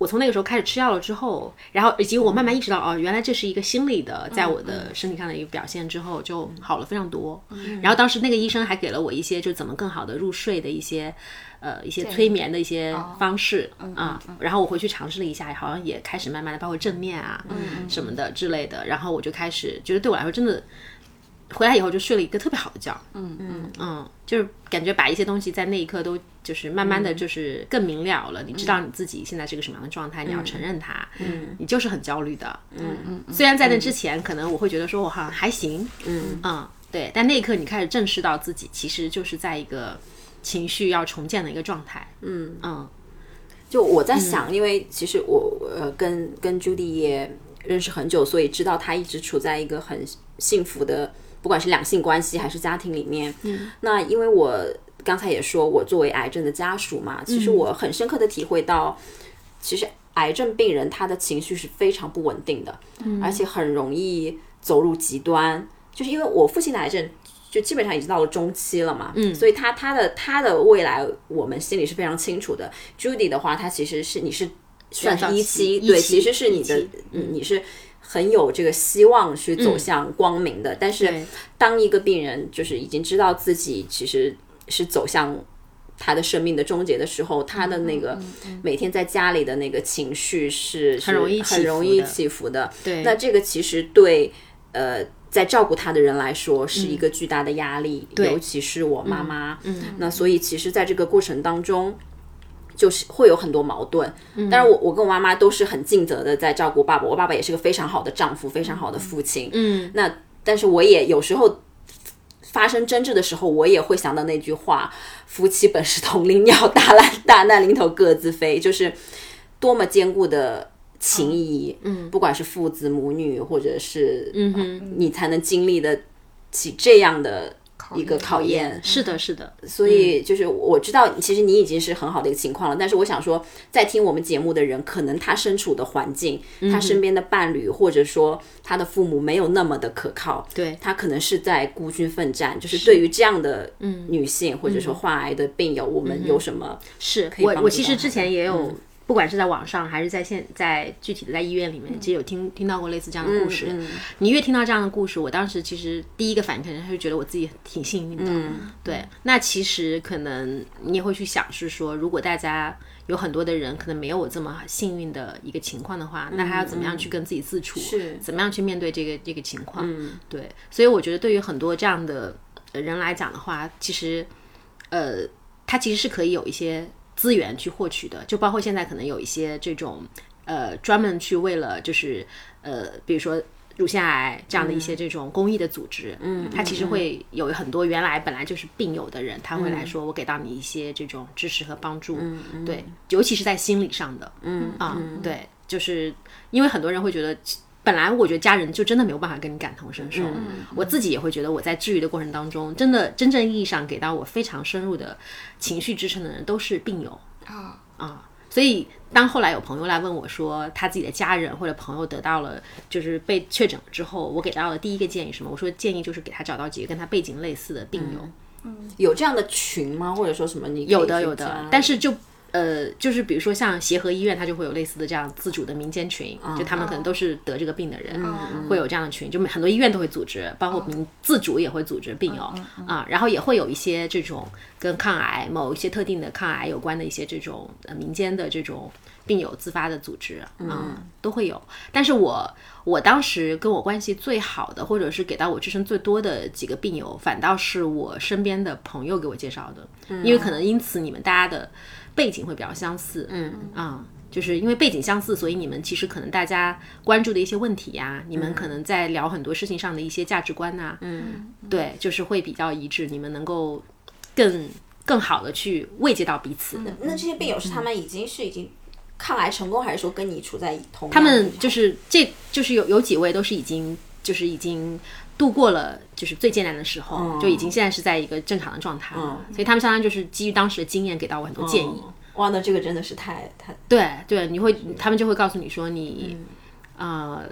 我从那个时候开始吃药了之后，然后以及我慢慢意识到哦，原来这是一个心理的，在我的身体上的一个表现之后，就好了非常多。然后当时那个医生还给了我一些就怎么更好的入睡的一些催眠的一些方式然后我回去尝试了一下，好像也开始慢慢的包括正念什么的之类的，然后我就开始觉得对我来说真的。回来以后就睡了一个特别好的觉，就是感觉把一些东西在那一刻都就是慢慢的就是更明了了，你知道你自己现在是个什么样的状态，你要承认它，你就是很焦虑的，虽然在那之前可能我会觉得说我好像还行，对，但那一刻你开始正视到自己其实就是在一个情绪要重建的一个状态， 就我在想，因为其实我跟 Judy 也认识很久，所以知道她一直处在一个很幸福的。不管是两性关系还是家庭里面，那因为我刚才也说我作为癌症的家属嘛，其实我很深刻的体会到，其实癌症病人他的情绪是非常不稳定的，而且很容易走入极端，就是因为我父亲的癌症就基本上已经到了中期了嘛，所以他的未来我们心里是非常清楚的。Judy 的话，他其实是你是算是一期，对，其实是你的你是。很有这个希望去走向光明的，但是当一个病人就是已经知道自己其实是走向他的生命的终结的时候，他的那个每天在家里的那个情绪是很容易起伏的。 对， 那这个其实对在照顾他的人来说是一个巨大的压力，尤其是我妈妈。那所以其实在这个过程当中。就是会有很多矛盾，当然我跟我妈妈都是很尽责的在照顾爸爸，我爸爸也是个非常好的丈夫，非常好的父亲。那但是我也有时候发生争执的时候，我也会想到那句话：夫妻本是同林鸟，大难临头各自飞。就是多么坚固的情谊，不管是父子母女，或者是你才能经历得起这样的。一个考验， 是的，是的， 所以就是我知道，其实你已经是很好的一个情况了。但是我想说，在听我们节目的人，可能他身处的环境，他身边的伴侣，或者说他的父母没有那么的可靠， 对， 他可能是在孤军奋战。就是对于这样的女性，或者说患癌的病友，我们有什么是可以帮助到我其实之前也有。不管是在网上还是在具体的在医院里面，其实有听到过类似这样的故事。你越听到这样的故事，我当时其实第一个反应可能是觉得我自己挺幸运的。对，那其实可能你也会去想是说，如果大家有很多的人可能没有我这么幸运的一个情况的话，那他要怎么样去跟自己自处？ 是怎么样去面对这个情况？对，所以我觉得对于很多这样的人来讲的话，其实他其实是可以有一些。资源去获取的，就包括现在可能有一些这种专门去为了就是比如说乳腺癌这样的一些这种公益的组织，它其实会有很多原来本来就是病友的人，他会来说我给到你一些这种支持和帮助，对，尤其是在心理上的，对，就是因为很多人会觉得。本来我觉得家人就真的没有办法跟你感同身受，我自己也会觉得我在治愈的过程当中，真正意义上给到我非常深入的情绪支撑的人都是病友所以当后来有朋友来问我说他自己的家人或者朋友得到了就是被确诊了之后，我给到的第一个建议什么？我说建议就是给他找到几个跟他背景类似的病友。 有这样的群吗？或者说什么你有的，但是就是比如说像协和医院，它就会有类似的这样自主的民间群，就他们可能都是得这个病的人，会有这样的群，就很多医院都会组织，包括自主也会组织病友然后也会有一些这种跟抗癌某一些特定的抗癌有关的一些这种民间的这种病友自发的组织都会有。但是我当时跟我关系最好的，或者是给到我支撑最多的几个病友，反倒是我身边的朋友给我介绍的，因为可能因此你们大家的背景会比较相似，就是因为背景相似，所以你们其实可能大家关注的一些问题呀，你们可能在聊很多事情上的一些价值观呐，对，就是会比较一致，你们能够更好的去慰藉到彼此。 那这些病友是他们已经抗癌成功，还是说跟你处在同样的？ 他们就是有几位都是已经度过了就是最艰难的时候，就已经现在是在一个正常的状态，所以他们相当于就是基于当时的经验给到我很多建议。 哇，那这个真的是太对，他们就会告诉你说你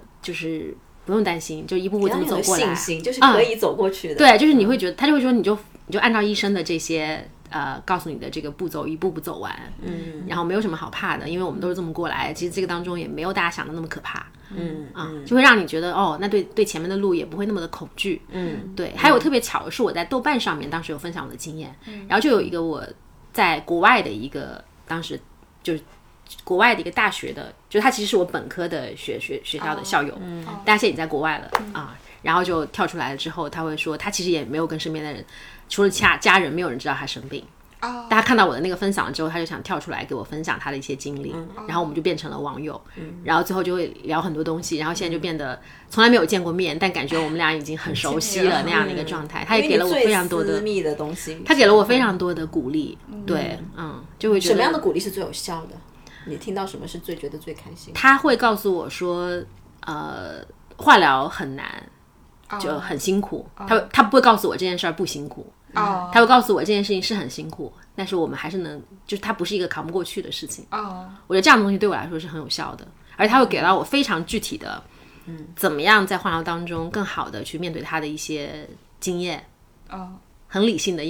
就是不用担心，就一步步这么走过来， 信心就是可以走过去的。 对，就是你会觉得他就会说你就你就按照医生的这些告诉你的这个步骤一步步走完，然后没有什么好怕的，因为我们都是这么过来，其实这个当中也没有大家想的那么可怕，就会让你觉得那对前面的路也不会那么的恐惧，对。还有特别巧的是，我在豆瓣上面当时有分享我的经验，然后就有一个我在国外的一个当时就是国外的一个大学的，就是他其实是我本科的学校的校友，但他现在已经在国外了然后就跳出来了之后，他会说他其实也没有跟身边的人，除了家人，没有人知道他生病。大家看到我的那个分享之后，他就想跳出来给我分享他的一些经历，然后我们就变成了网友，然后最后就会聊很多东西，然后现在就变得从来没有见过面，但感觉我们俩已经很熟悉了那样的一个状态。他也给了我非常多的私密的东西， 他给了我非常多的鼓励，对，就会觉得什么样的鼓励是最有效的？你听到什么是觉得最开心？ 他会告诉我说，化疗很难，就很辛苦。他不会告诉我这件事儿不辛苦，他会告诉我这件事情是很辛苦，但是我们还是能，就是它不是一个扛不过去的事情。我觉得这样的东西对我来说是很有效的，而且他会给到我非常具体的，怎么样在化疗当中更好的去面对他的一些经验。很理性的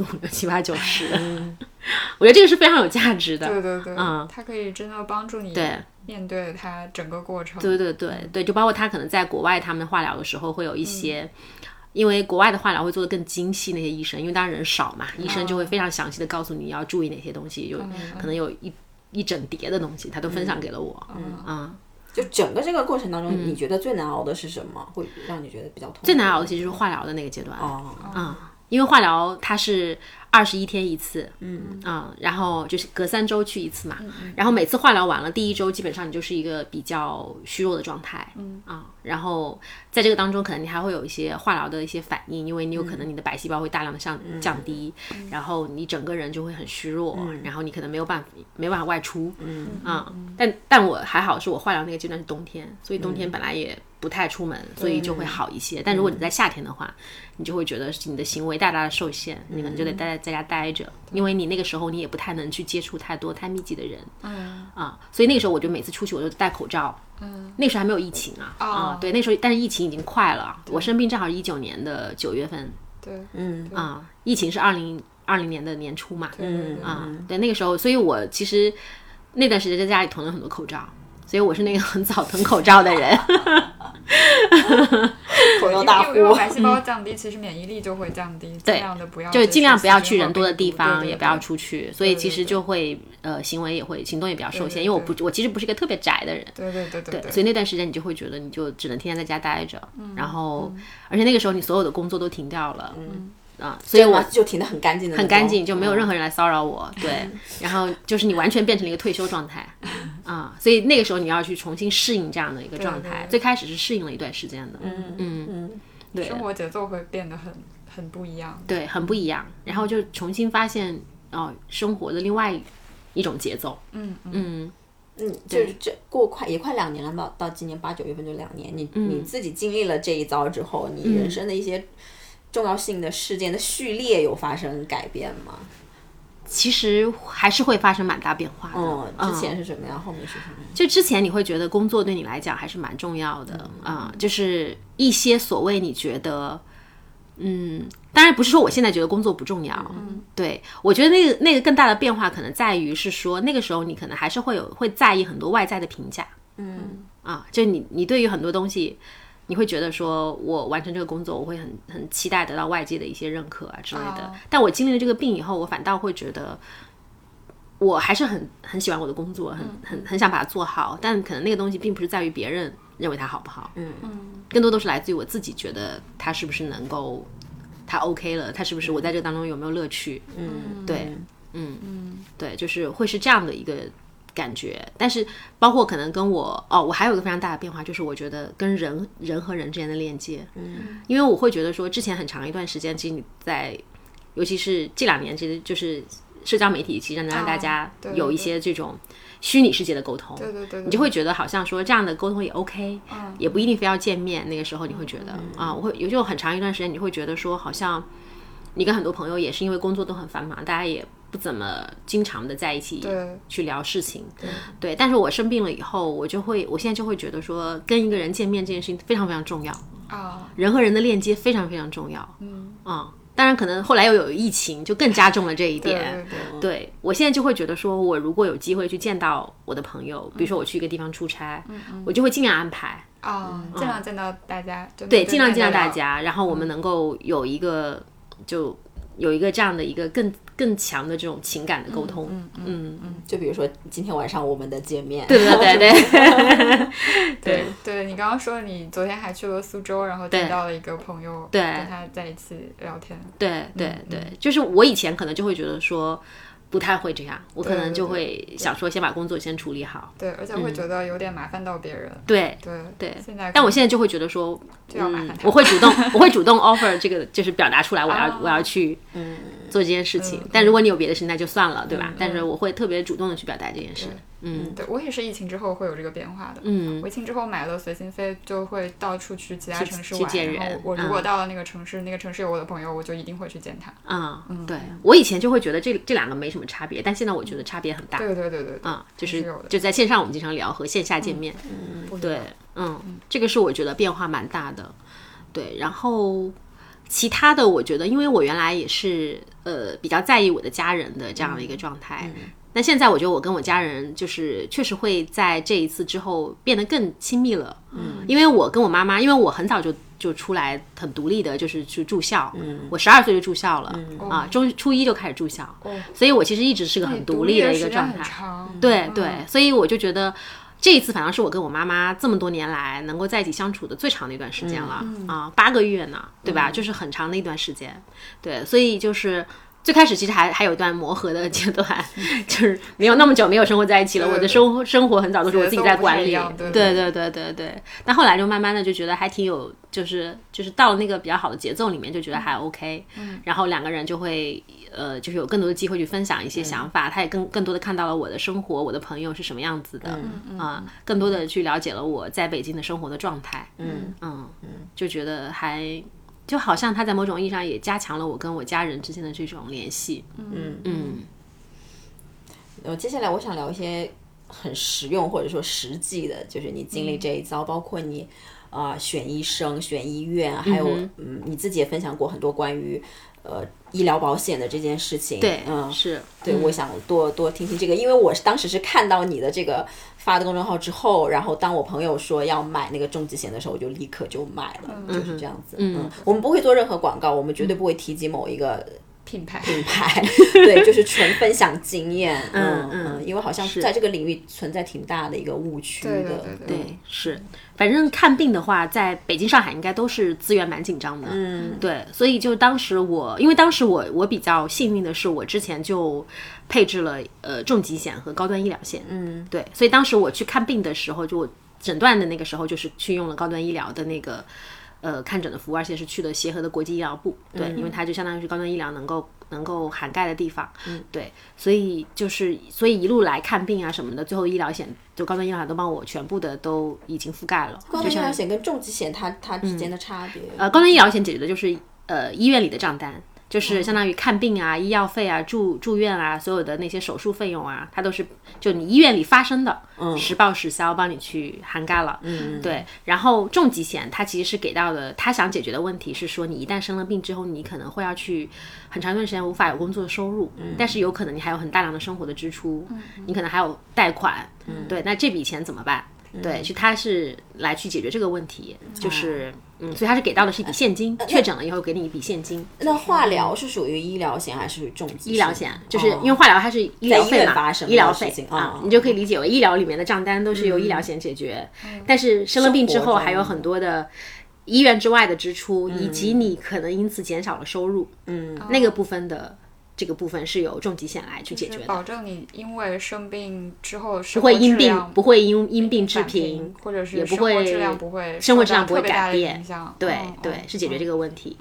1、2、3、4、5、6、7、8、9、10，我觉得这个是非常有价值的。 对对对，它可以真的帮助你面对它整个过程。 对对对对，就包括他可能在国外他们化疗的时候会有一些，因为国外的化疗会做得更精细，那些医生因为当然人少嘛，医生就会非常详细的告诉你要注意哪些东西，就可能有一整叠的东西，他都分享给了我。 就整个这个过程当中，你觉得最难熬的是什么？会让你觉得比较痛苦？ 最难熬的其实就是化疗的那个阶段。因为化疗它是21天一次，然后就是隔3周去一次嘛，然后每次化疗完了第1周基本上你就是一个比较虚弱的状态，然后在这个当中可能你还会有一些化疗的一些反应，因为你有可能你的白细胞会大量的降低，然后你整个人就会很虚弱，然后你可能没办法外出，但我还好是我化疗那个阶段是冬天，所以冬天本来也不太出门，所以就会好一些。但如果你在夏天的话，你就会觉得你的行为大大的受限，你可能就得在家待着，因为你那个时候你也不太能去接触太多太密集的人，所以那个时候我就每次出去我就戴口罩。那个时候还没有疫情对，那时候但是疫情已经快了，我生病正好是19年的9月份， 对， 疫情是2020年的年初嘛，对，那个时候，所以我其实那段时间在家里囤了很多口罩，所以我是那个很早囤口罩的人。 口罩大户， 因为白细胞降低，其实免疫力就会降低，尽量的不要， 就尽量不要去人多的地方，也不要出去，所以其实就会行为也会行动也比较受限，因为我其实不是一个特别宅的人， 对， 所以那段时间你就会觉得你就只能天天在家待着，然后而且那个时候你所有的工作都停掉了，所以我就停得很干净的， 很干净，就没有任何人来骚扰我，对，然后就是你完全变成了一个退休状态，所以那个时候你要去重新适应这样的一个状态，最开始是适应了一段时间的，对， 生活节奏会变得很不一样， 对，很不一样，然后就重新发现生活的另外一种节奏， 就是这也快2年了，到今年8、9月份就2年，你自己经历了这一遭之后，你人生的一些重要性的事件的序列有发生改变吗？ 其实还是会发生蛮大变化的。 之前是什么样，后面是什么样？ 就之前你会觉得工作对你来讲还是蛮重要的，就是一些所谓你觉得，当然不是说我现在觉得工作不重要，对，我觉得那个更大的变化可能在于是说那个时候你可能还是会在意很多外在的评价，就你对于很多东西。你会觉得说我完成这个工作我会很期待得到外界的一些认可之类的，但我经历了这个病以后，我反倒会觉得我还是很喜欢我的工作，很想把它做好，但可能那个东西并不是在于别人认为它好不好，更多都是来自于我自己觉得它是不是能够它 OK 了，它是不是我在这个当中有没有乐趣，对，对，就是会是这样的一个感觉。但是包括可能跟我还有一个非常大的变化，就是我觉得跟人和人之间的链接，因为我会觉得说之前很长一段时间其实你在尤其是这2年其实就是社交媒体其实能让大家有一些这种虚拟世界的沟通， 对， 你就会觉得好像说这样的沟通也 OK，也不一定非要见面，那个时候你会觉得我会有很长一段时间你会觉得说好像你跟很多朋友也是因为工作都很繁忙，大家也不怎么经常的在一起去聊事情，对。但是我生病了以后，我现在就会觉得说，跟一个人见面这件事情非常非常重要，人和人的链接非常非常重要， 当然可能后来又有疫情，就更加重了这一点。对，我现在就会觉得说，我如果有机会去见到我的朋友，比如说我去一个地方出差，我就会尽量安排尽量见到大家， 对，尽量见到大家，然后我们能够有一个这样的一个更强的这种情感的沟通。 就比如说今天晚上我们的见面。 对，你刚刚说你昨天还去了苏州，然后见到了一个朋友，跟他在一起聊天。 对，就是我以前可能就会觉得说不太会这样，我可能就会想说先把工作先处理好。 对，而且会觉得有点麻烦到别人。 对。但我现在就会觉得说， 就要麻烦他。 我会主动 offer 这个，就是表达出来我要去做这件事情。但如果你有别的事那就算了，对吧？但是我会特别主动的去表达这件事。 对，我也是疫情之后会有这个变化的。我疫情之后买了随心飞，就会到处去其他城市玩。 去见人。 然后我如果到了那个城市，那个城市有我的朋友，我就一定会去见他。 对，我以前就会觉得这两个没什么差别，但现在我觉得差别很大。 对。 就在线上我们经常聊和线下见面。对，这个是我觉得变化蛮大的。对，然后其他的我觉得，因为我原来也是比较在意我的家人的这样的一个状态。那现在我觉得我跟我家人就是确实会在这一次之后变得更亲密了。因为我跟我妈妈，因为我很早就出来很独立的，就是去住校。我12岁就住校了。初一就开始住校。所以我其实一直是个很独立的一个状态。对，所以我就觉得这一次反正是我跟我妈妈这么多年来能够在一起相处的最长的一段时间了。8个月呢，对吧？就是很长的一段时间。对，所以就是最开始其实还有一段磨合的阶段，就是没有那么久没有生活在一起了。我的生活很早都是我自己在管理。对。但后来就慢慢的就觉得还挺有，就是到了那个比较好的节奏里面，就觉得还 OK。然后两个人就会就是有更多的机会去分享一些想法。他也更多的看到了我的生活，我的朋友是什么样子的。更多的去了解了我在北京的生活的状态。就觉得就好像他在某种意义上也加强了我跟我家人之间的这种联系。 接下来我想聊一些很实用或者说实际的，就是你经历这一遭，包括你选医生、选医院，还有你自己也分享过很多关于医疗保险的这件事情。 对，是对，我想多听听这个，因为我当时是看到你的这个发的公众号之后，然后当我朋友说要买那个重疾险的时候，我就立刻就买了。就是这样子。我们不会做任何广告，我们绝对不会提及某一个品牌。 对，就是纯分享经验。因为好像在这个领域存在挺大的一个误区的。 对，是。反正看病的话，在北京、上海应该都是资源蛮紧张的。对，所以就当时因为当时我比较幸运的是，我之前就配置了重疾险和高端医疗险。对，所以当时我去看病的时候，就我诊断的那个时候，就是去用了高端医疗的那个看诊的服务，而且是去的协和的国际医疗部。对，因为它就相当于是高端医疗能够涵盖的地方。对，所以一路来看病啊什么的，最后医疗险就高端医疗险都帮我全部的都已经覆盖了。 高端医疗险跟重疾险它之间的差别？ 高端医疗险解决的就是医院里的账单。就是相当于看病啊、医药费啊、住院啊，所有的那些手术费用啊，它都是就你医院里发生的，实报实销，帮你去涵盖了。对。然后重疾险它其实是给到的，它想解决的问题是说，你一旦生了病之后，你可能会要去很长一段时间无法有工作的收入，但是有可能你还有很大量的生活的支出，你可能还有贷款。对，那这笔钱怎么办？对，它是来去解决这个问题，就是所以它是给到的是一笔现金，确诊了以后给你一笔现金。 那化疗是属于医疗险还是属于重疾险？ 医疗险，就是因为化疗它是医疗费嘛，医疗费你就可以理解为医疗里面的账单都是由医疗险解决。但是生了病之后还有很多的医院之外的支出，以及你可能因此减少了收入，那个部分的。这个部分是由重疾险来去解决的， 保证你因为生病之后不会因病致贫， 或者是也不会生活质量不会改变。对，是解决这个问题。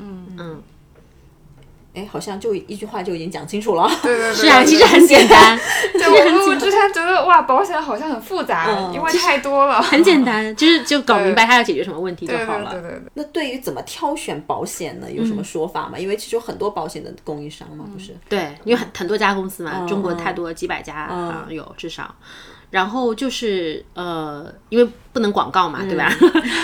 好像就一句话就已经讲清楚了。 对， 是啊，其实很简单。 对，我之前觉得哇，保险好像很复杂，因为太多了。 很简单，就搞明白它要解决什么问题就好了。 对。 那对于怎么挑选保险呢，有什么说法吗？因为其实有很多保险的供应商嘛，不是？ 对，因为很多家公司嘛，中国太多几百家有至少。 然后就是因为不能广告嘛，对吧？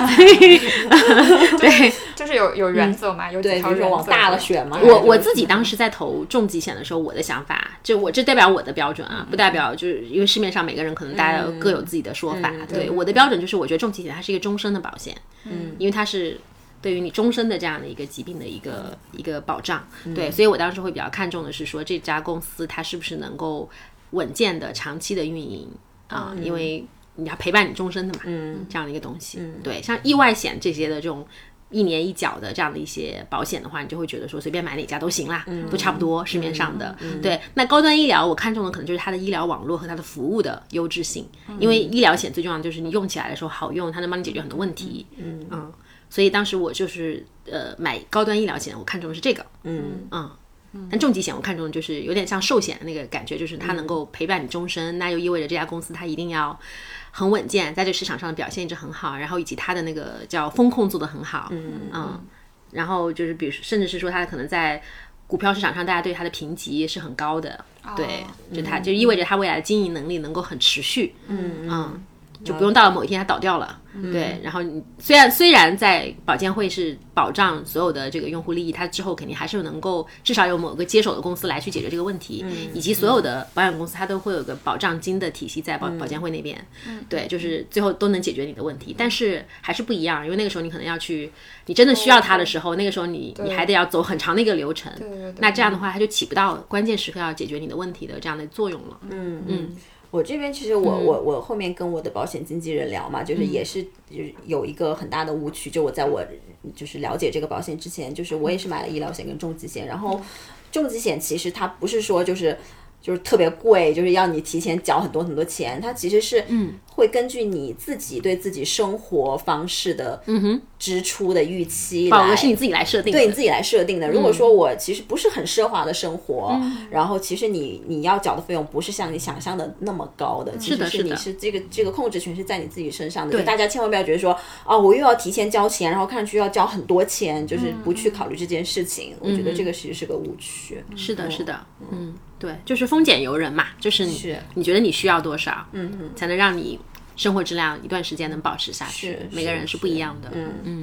对， 就是有原则嘛，有几条原则往大了选嘛。 我自己当时在投重疾险的时候，我的想法，这代表我的标准啊，不代表就是因为市面上每个人可能大家各有自己的说法。对，我的标准就是我觉得重疾险它是一个终身的保险，因为它是对于你终身的这样的一个疾病的一个保障。对，所以我当时会比较看重的是说这家公司它是不是能够稳健的长期的运营啊，因为你要陪伴你终身的嘛，这样的一个东西。对，像意外险这些的这种1年1缴的这样的一些保险的话，你就会觉得说随便买哪家都行啦，都差不多市面上的。对，那高端医疗我看中的可能就是它的医疗网络和它的服务的优质性，因为医疗险最重要的就是你用起来的时候好用，它能帮你解决很多问题。所以当时我就是买高端医疗险，我看中的是这个。但重疾险我看中的就是有点像寿险的那个感觉，就是它能够陪伴你终身，那就意味着这家公司它一定要很稳健，在这市场上的表现一直很好，然后以及它的那个叫风控做得很好。然后就是比如甚至是说它可能在股票市场上大家对它的评级是很高的。对，就它就意味着它未来的经营能力能够很持续。就不用到了某一天它倒掉了。对，然后你虽然在保监会是保障所有的这个用户利益，它之后肯定还是能够至少有某个接手的公司来去解决这个问题，以及所有的保险公司它都会有个保障金的体系在保监会那边。对，就是最后都能解决你的问题，但是还是不一样，因为那个时候你可能要去，你真的需要它的时候，那个时候你还得要走很长的一个流程。那这样的话它就起不到关键时刻要解决你的问题的这样的作用了。 我这边其实我后面跟我的保险经纪人聊嘛，就是也是有一个很大的误区，就我就是了解这个保险之前，就是我也是买了医疗险跟重疾险，然后重疾险其实它不是说就是特别贵，就是要你提前缴很多很多钱，它其实是会根据你自己对自己生活方式的支出的预期来， 是你自己来设定的， 对，你自己来设定的。如果说我其实不是很奢华的生活，然后其实你要缴的费用不是像你想象的那么高的，其实是你是这个控制权是在你自己身上的。就大家千万不要觉得说我又要提前交钱，然后看上去要交很多钱，就是不去考虑这件事情。我觉得这个其实是个误区。 是的，是的，对，就是丰俭由人嘛，就是你觉得你需要多少，才能让你生活质量一段时间能保持下去。每个人是不一样的。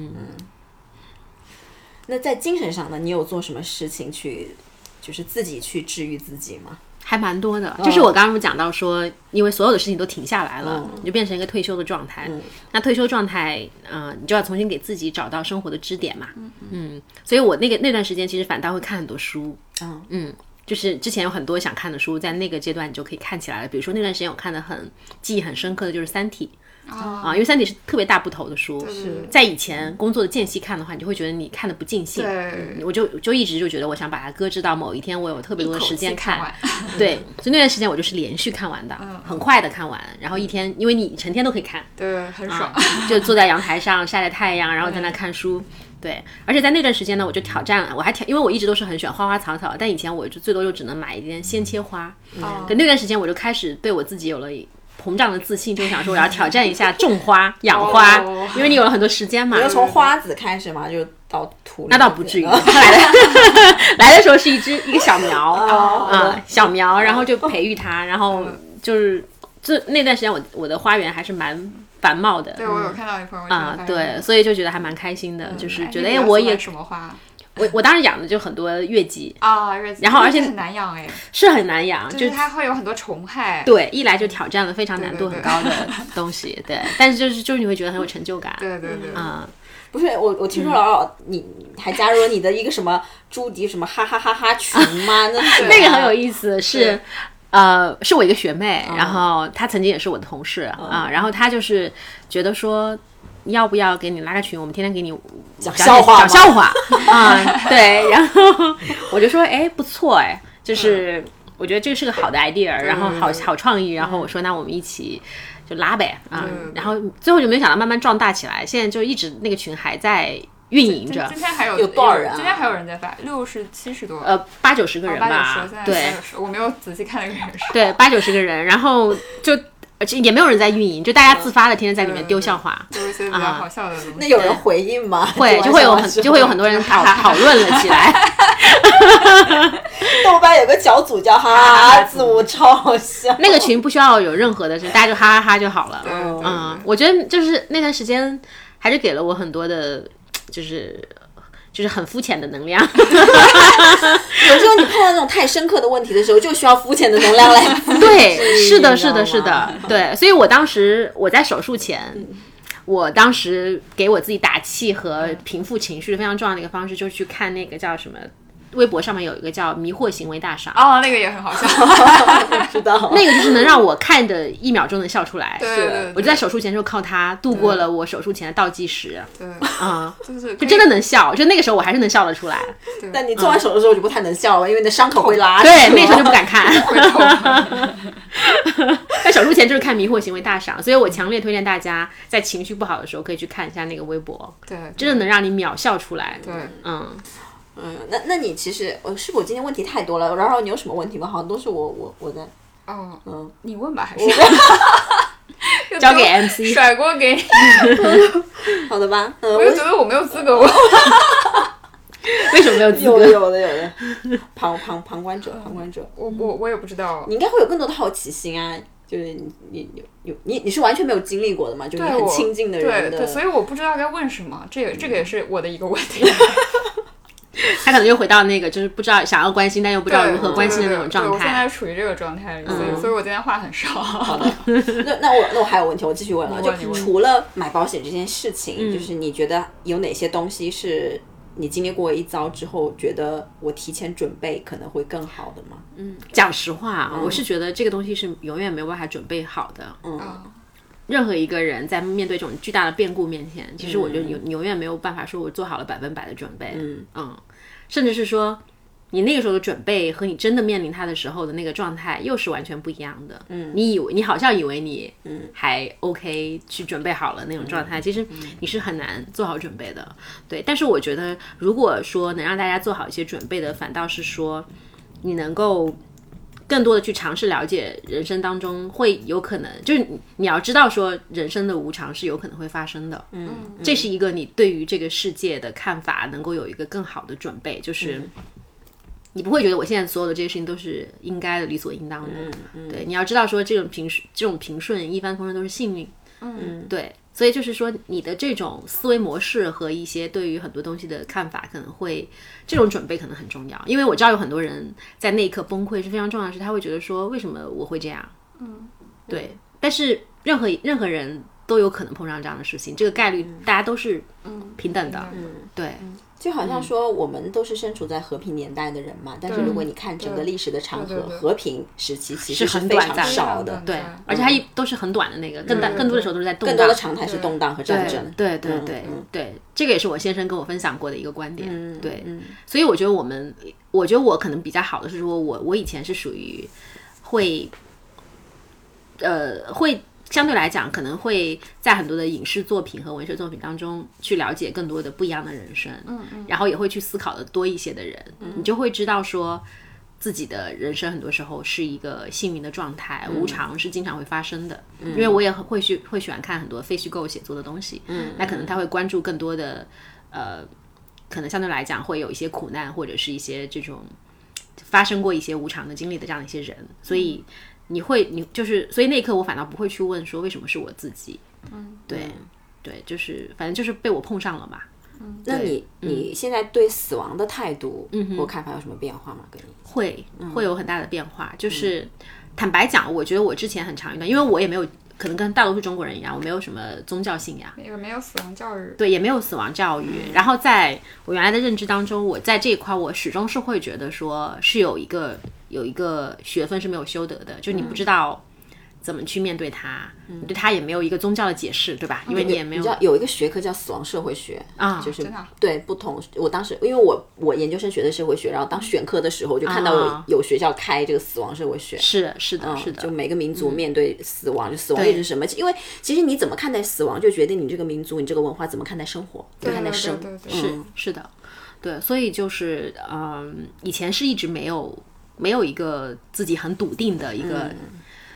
那在精神上呢，你有做什么事情就是自己去治愈自己吗？ 还蛮多的，就是我刚刚讲到说，因为所有的事情都停下来了，你就变成一个退休的状态。那退休状态，你就要重新给自己找到生活的支点嘛。所以我那段时间其实反倒会看很多书。就是之前有很多想看的书，在那个阶段你就可以看起来了。比如说那段时间我看的记忆很深刻的就是《三体》。因为《三体》是特别大部头的书，在以前工作的间隙看的话，你就会觉得你看的不尽兴。我就一直就觉得我想把它搁置到某一天我有特别多的时间看。对，所以那段时间我就是连续看完的，很快的看完，然后一天，因为你成天都可以看， 对，很爽。 就坐在阳台上晒着太阳，然后在那看书。对，而且在那段时间呢，我就挑战了，因为我一直都是很喜欢花花草草，但以前我就最多就只能买一件鲜切花。对，那段时间我就开始对我自己有了膨胀的自信，就想说我要挑战一下种花养花，因为你有了很多时间嘛。 你就从花籽开始嘛，就到土里。 那倒不至于，来的时候是一个小苗小苗，然后就培育它，然后就是那段时间我的花园还是蛮繁茂的。 对，我有看到你朋友圈对，所以就觉得还蛮开心的，就是觉得我也什么花。 我当时养的就很多月季月季， 然后而且很难养是很难养， 就是它会有很多虫害。 对，一来就挑战了非常难度很高的东西。对，但是就是你会觉得很有成就感。 对不是我听说了，你还加入了你的一个什么朱迪什么哈哈哈哈群吗？ 那个很有意思，是我一个学妹，然后她曾经也是我的同事然后她就是觉得说，要不要给你拉个群，我们天天给你讲笑话对，然后我就说不错就是我觉得这个是个好的 idea，然后好创意，然后我说那我们一起就拉呗然后最后就没想到慢慢壮大起来，现在就一直那个群还在运营着。 今天还有多少人今天还有人在发，60、70多 ，80-90个人吧。 对，我没有仔细看那个人数。 对，80-90个人，然后就而且也没有人在运营，就大家自发的天天在里面丢笑话， 有一些比较好笑的东西。 那有人回应吗？ 会，就会有很多人讨论了起来。 豆瓣有个小组叫哈哈哈组，超好笑。 那个群不需要有任何的事，大家就哈哈哈就好了。我觉得就是那段时间还是给了我很多的，就是很肤浅的能量。 有时候你碰到那种太深刻的问题的时候，就需要肤浅的能量来对，是的，对。所以我当时我在手术前，我当时给我自己打气和平复情绪非常重要的一个方式，就是去看那个叫什么。微博上面有一个叫迷惑行为大赏那个也很好笑。 我知道那个就是能让我看的1秒钟能笑出来。 对， 我就在手术前就靠它度过了我手术前的倒计时。 对就真的能笑，就那个时候我还是能笑得出来。 但你做完手术的时候就不太能笑了，因为你的伤口会拉。 对，那时候就不敢看。在手术前就是看迷惑行为大赏，所以我强烈推荐大家在情绪不好的时候可以去看一下那个微博。 对， 真的能让你秒笑出来。 对， 那你其实是我今天问题太多了，然后你有什么问题吗？好像都是我在。 你问吧，还是交给 MC 甩锅给你？ 好的吧。 我就觉得我没有资格问。 为什么没有资格？ 有的。旁观者。 我也不知道。 你应该会有更多的好奇心啊。就是你是完全没有经历过的嘛？就是很亲近的人的。 对，所以我不知道该问什么。这个也是我的一个问题。 他可能又回到那个就是不知道想要关心但又不知道如何关心的那种状态。 我现在处于这个状态里，所以我今天话很少。 好的。那我还有问题，我继续问了。就除了买保险这件事情，就是你觉得有哪些东西是你经历过一遭之后觉得我提前准备可能会更好的吗？ 讲实话，我是觉得这个东西是永远没有办法准备好的。任何一个人在面对这种巨大的变故面前，其实我觉得你永远没有办法说我做好了100%的准备。甚至是说你那个时候的准备和你真的面临它的时候的那个状态又是完全不一样的。你好像以为你还 OK 去准备好了那种状态，其实你是很难做好准备的。对，但是我觉得如果说能让大家做好一些准备的，反倒是说你能够更多的去尝试了解人生当中会有可能，就是你要知道说人生的无常是有可能会发生的。这是一个你对于这个世界的看法能够有一个更好的准备，就是你不会觉得我现在所有的这些事情都是应该的、理所应当的。对，你要知道说这种平顺、一帆风顺都是幸运。对，所以就是说你的这种思维模式和一些对于很多东西的看法，可能会这种准备可能很重要。因为我知道有很多人在那一刻崩溃是非常重要的是，他会觉得说为什么我会这样？对，但是任何人都有可能碰上这样的事情，这个概率大家都是平等的。对。 就好像说我们都是身处在和平年代的人嘛，但是如果你看整个历史的长河，和平时期其实是非常少的。 对，而且它都是很短的那个，更多的时候都是在动荡， 更多的常态是动荡和战争。 对，这个也是我先生跟我分享过的一个观点。对，所以我觉得我可能比较好的是说，我以前是属于会相对来讲可能会在很多的影视作品和文学作品当中去了解更多的不一样的人生，然后也会去思考的多一些的人，你就会知道说自己的人生很多时候是一个幸运的状态，无常是经常会发生的。因为我也会喜欢看很多非虚构写作的东西，那可能他会关注更多的可能相对来讲会有一些苦难或者是一些这种发生过一些无常的经历的这样的一些人，所以所以那一刻我反倒不会去问说为什么是我自己。对，就是反正就是被我碰上了嘛。 那你现在对死亡的态度或看法有什么变化吗？跟你会有很大的变化。就是坦白讲，我觉得我之前很长一段，因为我也没有可能跟大多数中国人一样，我没有什么宗教信仰， 也没有死亡教育， 对，也没有死亡教育。然后在我原来的认知当中，我在这一块我始终是会觉得说是有一个学分是没有修得的，就你不知道怎么去面对它，你对它也没有一个宗教的解释，对吧？因为你也没有。 你知道有一个学科叫死亡社会学啊， 就是对不同。我当时因为我研究生学的社会学，然后当选课的时候，我就看到有学校开这个死亡社会学。 是的， 就每个民族面对死亡，就死亡意识是什么？因为其实你怎么看待死亡，就决定你这个民族、你这个文化怎么看待生活，怎么看待生。 是的，对，所以就是以前是一直没有一个自己很笃定的一个。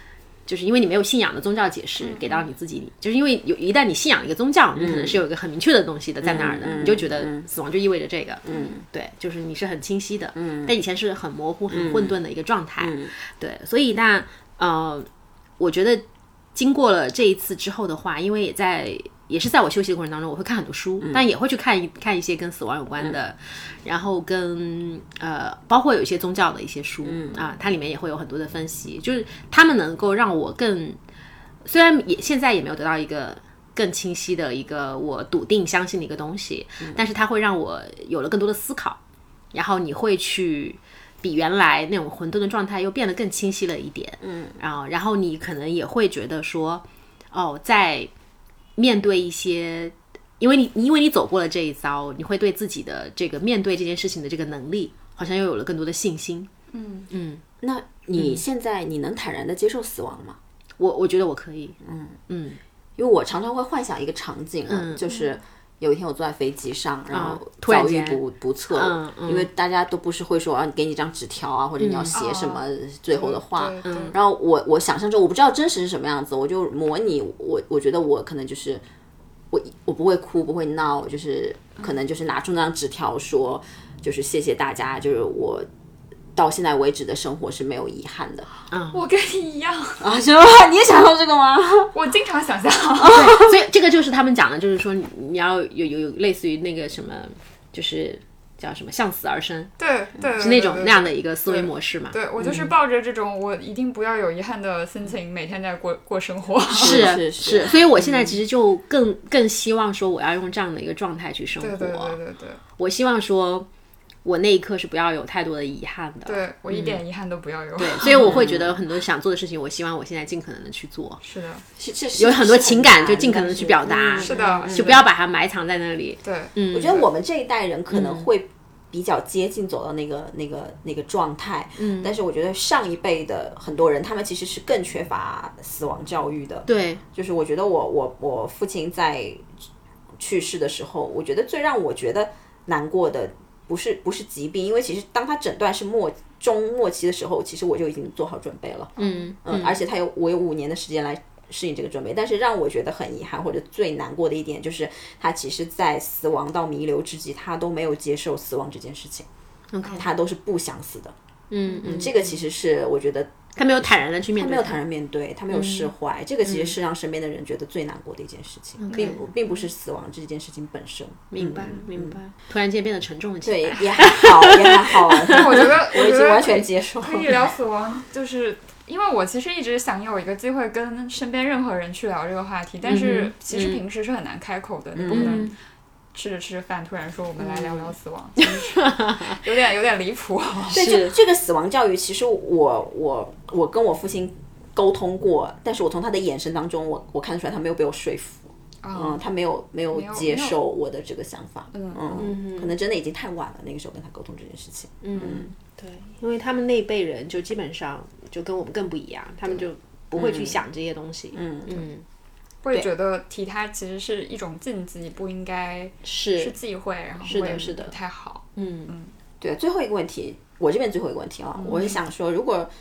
就是因为你没有信仰的宗教解释给到你自己，就是因为一旦你信仰一个宗教，你可能是有一个很明确的东西的在那儿的，你就觉得死亡就意味着这个，对，就是你是很清晰的，但以前是很模糊、很混沌的一个状态，对，所以我觉得经过了这一次之后的话，因为也是在我休息的过程当中，我会看很多书，但也会去看一些跟死亡有关的，然后跟包括有一些宗教的一些书它里面也会有很多的分析，就是他们能够让我虽然现在也没有得到一个更清晰的一个我笃定相信的一个东西，但是它会让我有了更多的思考，然后你会去比原来那种混沌的状态又变得更清晰了一点，然后你可能也会觉得说，在面对一些，因为你走过了这一遭，你会对自己的这个面对这件事情的这个能力，好像又有了更多的信心。 那你现在你能坦然的接受死亡吗？ 我觉得我可以。 因为我常常会幻想一个场景就是有一天我坐在飞机上，然后遭遇不测，因为大家都不是会说给你一张纸条啊，或者你要写什么最后的话，然后我想象中我不知道真实是什么样子，我就模拟我觉得我可能就是我不会哭不会闹，就是可能就是拿出那张纸条说就是谢谢大家，就是我到现在为止的生活是没有遗憾的。 我跟你一样啊，是吗？你也想到这个吗？ 我经常想象。 对，所以这个就是他们讲的，就是说你要有类似于那个什么，就是叫什么向死而生， 对， 是那种那样的一个思维模式嘛。 对，我就是抱着这种我一定不要有遗憾的心情，每天在过生活。 是，所以我现在其实就更希望说我要用这样的一个状态去生活。 对， 我希望说我那一刻是不要有太多的遗憾的， 对，我一点遗憾都不要有。 对，所以我会觉得很多想做的事情，我希望我现在尽可能的去做。 是的， 有很多情感就尽可能的去表达。 是的， 就不要把它埋藏在那里。 对， 我觉得我们这一代人可能会比较接近走到那个状态，但是我觉得上一辈的很多人，他们其实是更缺乏死亡教育的。 对， 就是我觉得我父亲在去世的时候，我觉得最让我觉得难过的不是疾病，因为其实当他诊断是末期的时候，其实我就已经做好准备了。而且我有5年的时间来适应这个准备，但是让我觉得很遗憾或者最难过的一点，就是他其实在死亡到弥留之际，他都没有接受死亡这件事情。他都是不想死的。这个其实是我觉得他没有坦然的去面对， 他没有坦然面对，他没有释怀，这个其实是让身边的人觉得最难过的一件事情，并不是死亡这件事情本身。 明白。突然间变得沉重了起来。 对，也还好。 我觉得我已经完全接受。 可以聊死亡，就是因为我其实一直想有一个机会跟身边任何人去聊这个话题，但是其实平时是很难开口的，你不可能吃着饭突然说我们来聊聊死亡，就是有点离谱。 对，这个死亡教育，其实我跟我父亲沟通过，但是我从他的眼神当中，我看得出来他没有被我说服。他没有接受我的这个想法。可能真的已经太晚了，那个时候跟他沟通这件事情。 对，因为他们那一辈人就基本上就跟我们更不一样，他们就不会去想这些东西。 会觉得提它其实是一种禁忌，不应该是忌讳，然后会不太好。 对，最后一个问题，我这边最后一个问题啊，我是想说，如果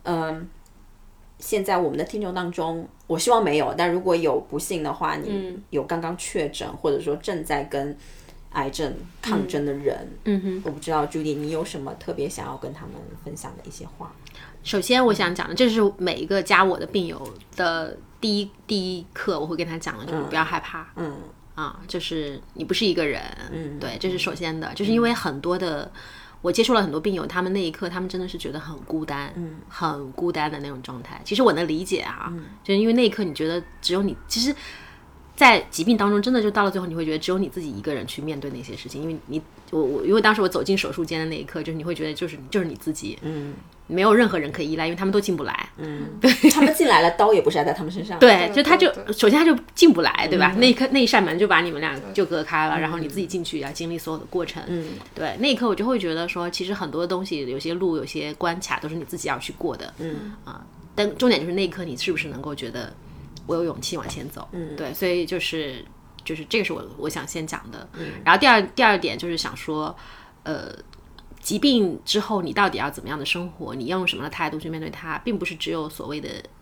现在我们的听众当中，我希望没有，但如果有不幸的话，你有刚刚确诊，或者说正在跟癌症抗争的人，我不知道 Judy 你有什么特别想要跟他们分享的一些话？ 首先我想讲的，这是每一个加我的病友的第一课我会跟他讲的，就是不要害怕。就是你不是一个人。对，这是首先的，就是因为很多的我接触了很多病友，他们那一刻他们真的是觉得很孤单，很孤单的那种状态。其实我能理解就是因为那一刻你觉得只有你，其实在疾病当中真的就到了最后，你会觉得只有你自己一个人去面对那些事情。因为因为当时我走进手术间的那一刻，就是你会觉得就是你自己，没有任何人可以依赖，因为他们都进不来。对， 他们进来了，刀也不是在他们身上。 对，就首先他就进不来，对吧？那一扇门就把你们俩就隔开了，然后你自己进去要经历所有的过程。对，那一刻我就会觉得说，其实很多东西，有些路，有些关卡都是你自己要去过的。但重点就是那一刻你是不是能够觉得我有勇气往前走。对，所以就是这个是我想先讲的。然后第二点就是想说，疾病之后你到底要怎么样的生活，你要用什么样的态度去面对它，并不是只有所谓的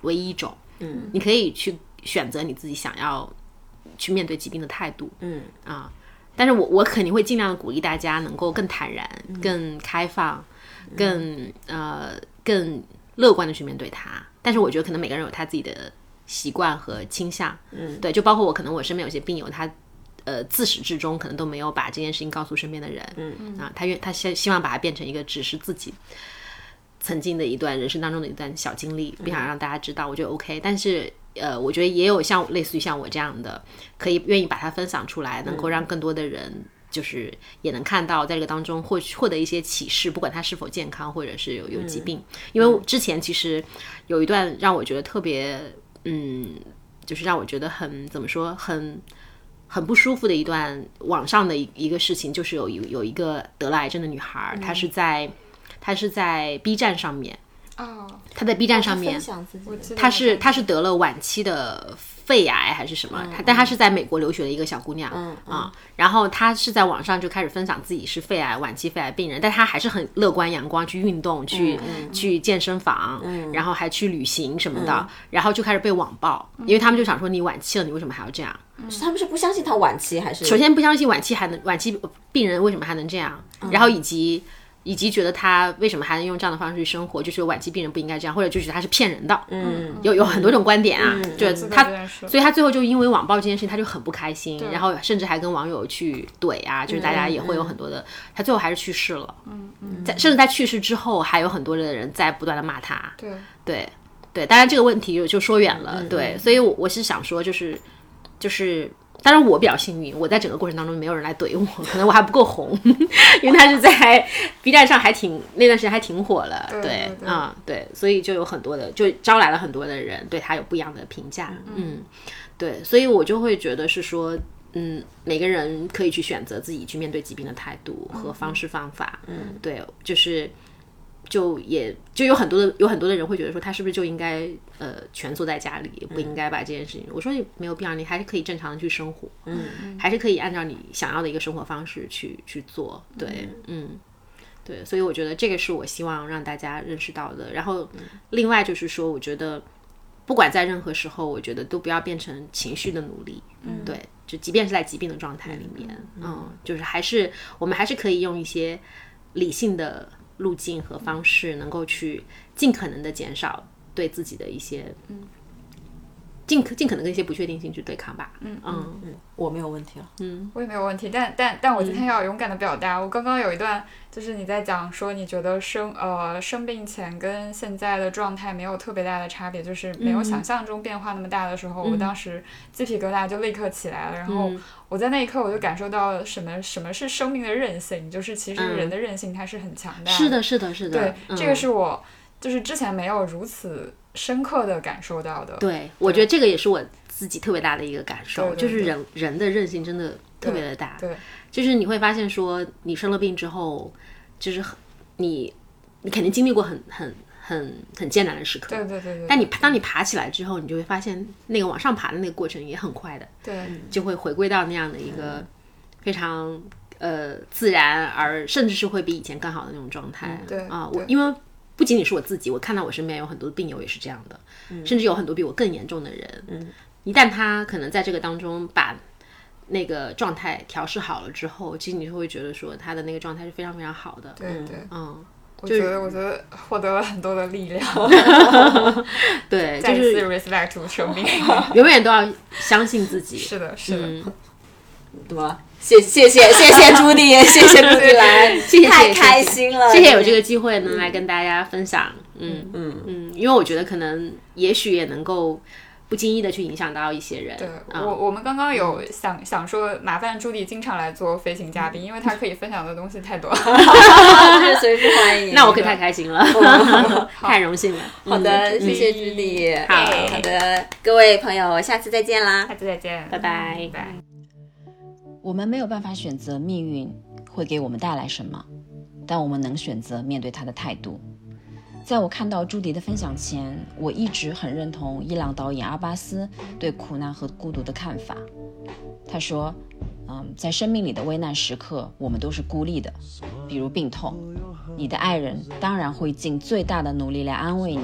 唯一一种。你可以去选择你自己想要去面对疾病的态度。但是我肯定会尽量的鼓励大家能够更坦然、更开放、更乐观的去面对它。但是我觉得可能每个人有他自己的习惯和倾向。对，就包括可能我身边有些病友，他自始至终可能都没有把这件事情告诉身边的人。他希望把它变成一个只是自己曾经的一段人生当中的一段小经历，不想让大家知道，我觉得 OK。但是我觉得也有类似于像我这样的，可以愿意把它分享出来，能够让更多的人就是也能看到，在这个当中获得一些启示，不管他是否健康或者是有疾病。因为之前其实有一段让我觉得特别就是让我觉得怎么说很不舒服的一段网上的一个事情，就是有一个得了癌症的女孩，她是在 B 站上面。他在 B 站上面，他是得了晚期的肺癌还是什么？但他是在美国留学的一个小姑娘。然后他是在网上就开始分享自己是晚期肺癌病人，但他还是很乐观阳光，去运动，去健身房，然后还去旅行什么的。然后就开始被网暴，因为他们就想说你晚期了，你为什么还要这样？ 他们是不相信他晚期，还是首先不相信晚期病人为什么还能这样？然后以及觉得他为什么还能用这样的方式去生活，就是晚期病人不应该这样，或者就是他是骗人的。有很多种观点啊。就是所以他最后就因为网暴这件事情他就很不开心，然后甚至还跟网友去怼啊，就是大家也会有很多的。他最后还是去世了。甚至在去世之后还有很多的人在不断的骂他。对，当然这个问题就说远了。对，所以我是想说就是当然我比较幸运，我在整个过程当中没有人来怼我，可能我还不够红。因为他是在 B 站上那段时间还挺火了。对，所以就有很多的，就招来了很多的人对他有不一样的评价。对，所以我就会觉得是说每个人可以去选择自己去面对疾病的态度和方式方法。对，就有很多的人会觉得说他是不是就应该蜷缩在家里，不应该把这件事情。我说也没有必要，你还是可以正常的去生活。还是可以按照你想要的一个生活方式去做。对，对，所以我觉得这个是我希望让大家认识到的。然后另外就是说，我觉得不管在任何时候，我觉得都不要变成情绪的奴隶。对，就即便是在疾病的状态里面，就是我们还是可以用一些理性的路径和方式，能够去尽可能的减少对自己的一些尽可能跟一些不确定性去对抗吧。 我没有问题了。 我也没有问题，但我今天要勇敢的表达。我刚刚有一段就是你在讲说你觉得生病前跟现在的状态没有特别大的差别，就是没有想象中变化那么大的时候，我当时鸡皮疙瘩就立刻起来了。然后我在那一刻我就感受到什么是生命的韧性，就是其实人的韧性它是很强大的。 是的。 对，这个是我就是之前没有如此深刻的感受到的。 对，我觉得这个也是我自己特别大的一个感受。就是人的韧性真的特别的大。 对， 就是你会发现说你生了病之后，就是你肯定经历过很艰难的时刻。 对。 但当你爬起来之后，你就会发现那个往上爬的那个过程也很快的。 对， 就会回归到那样的一个非常自然，而甚至是会比以前更好的那种状态。 对因为不仅仅是我自己，我看到我身边有很多病友也是这样的。甚至有很多比我更严重的人。一旦他可能在这个当中把那个状态调试好了之后，其实你就会觉得说他的那个状态是非常非常好的。 对。我觉得获得了很多的力量。 对， 再次 respect 生命。 永远都要相信自己。 是的。 怎么了？谢谢朱迪，谢谢朱迪来，太开心了。 谢谢有这个机会能来跟大家分享。因为我觉得可能也许也能够不经意的去影响到一些人。 对，我们刚刚有想说麻烦朱迪经常来做飞行嘉宾，因为他可以分享的东西太多了。 随时欢迎。 那我可太开心了。太荣幸了。 好的，谢谢朱迪。好的，各位朋友，下次再见啦。 下次再见， 拜拜。 我们没有办法选择命运会给我们带来什么，但我们能选择面对它的态度。在我看到朱迪的分享前，我一直很认同伊朗导演阿巴斯对苦难和孤独的看法。他说在生命里的危难时刻，我们都是孤立的，比如病痛，你的爱人当然会尽最大的努力来安慰你，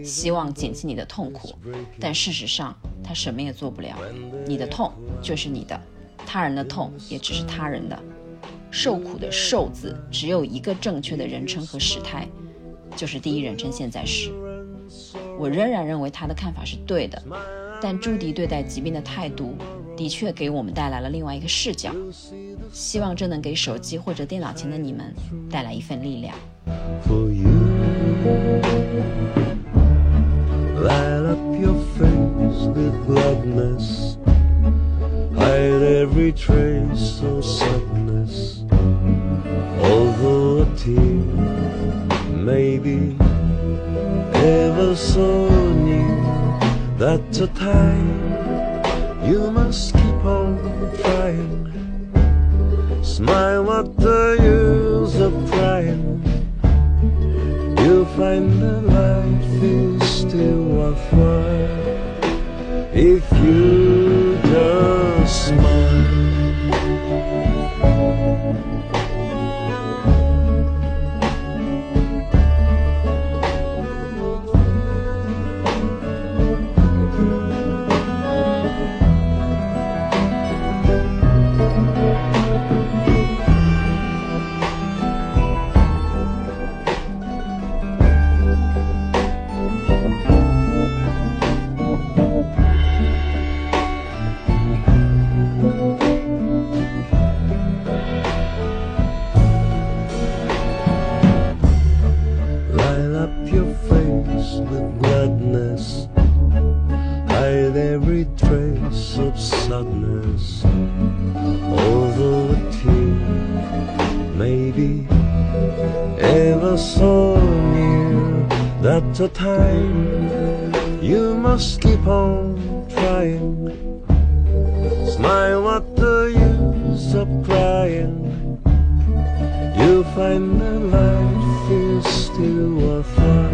希望减轻你的痛苦，但事实上他什么也做不了。你的痛就是你的，他人的痛也只是他人的。受苦的受字只有一个正确的人称和时态，就是第一人称现在时。我仍然认为他的看法是对的，但朱迪对待疾病的态度的确给我们带来了另外一个视角，希望这能给手机或者电脑前的你们带来一份力量。 For you, light up your face with gladness, hide every trace of sadness, although a tear may be ever so near, that's a time you must keep on trying. Smile at the use of crying, you'll find that life is still worthwhile if you just smile. Every trace of sadness, although a tear may be ever so near, that's a time you must keep on trying. Smile at the use of crying, you'll find that life is still worthwhile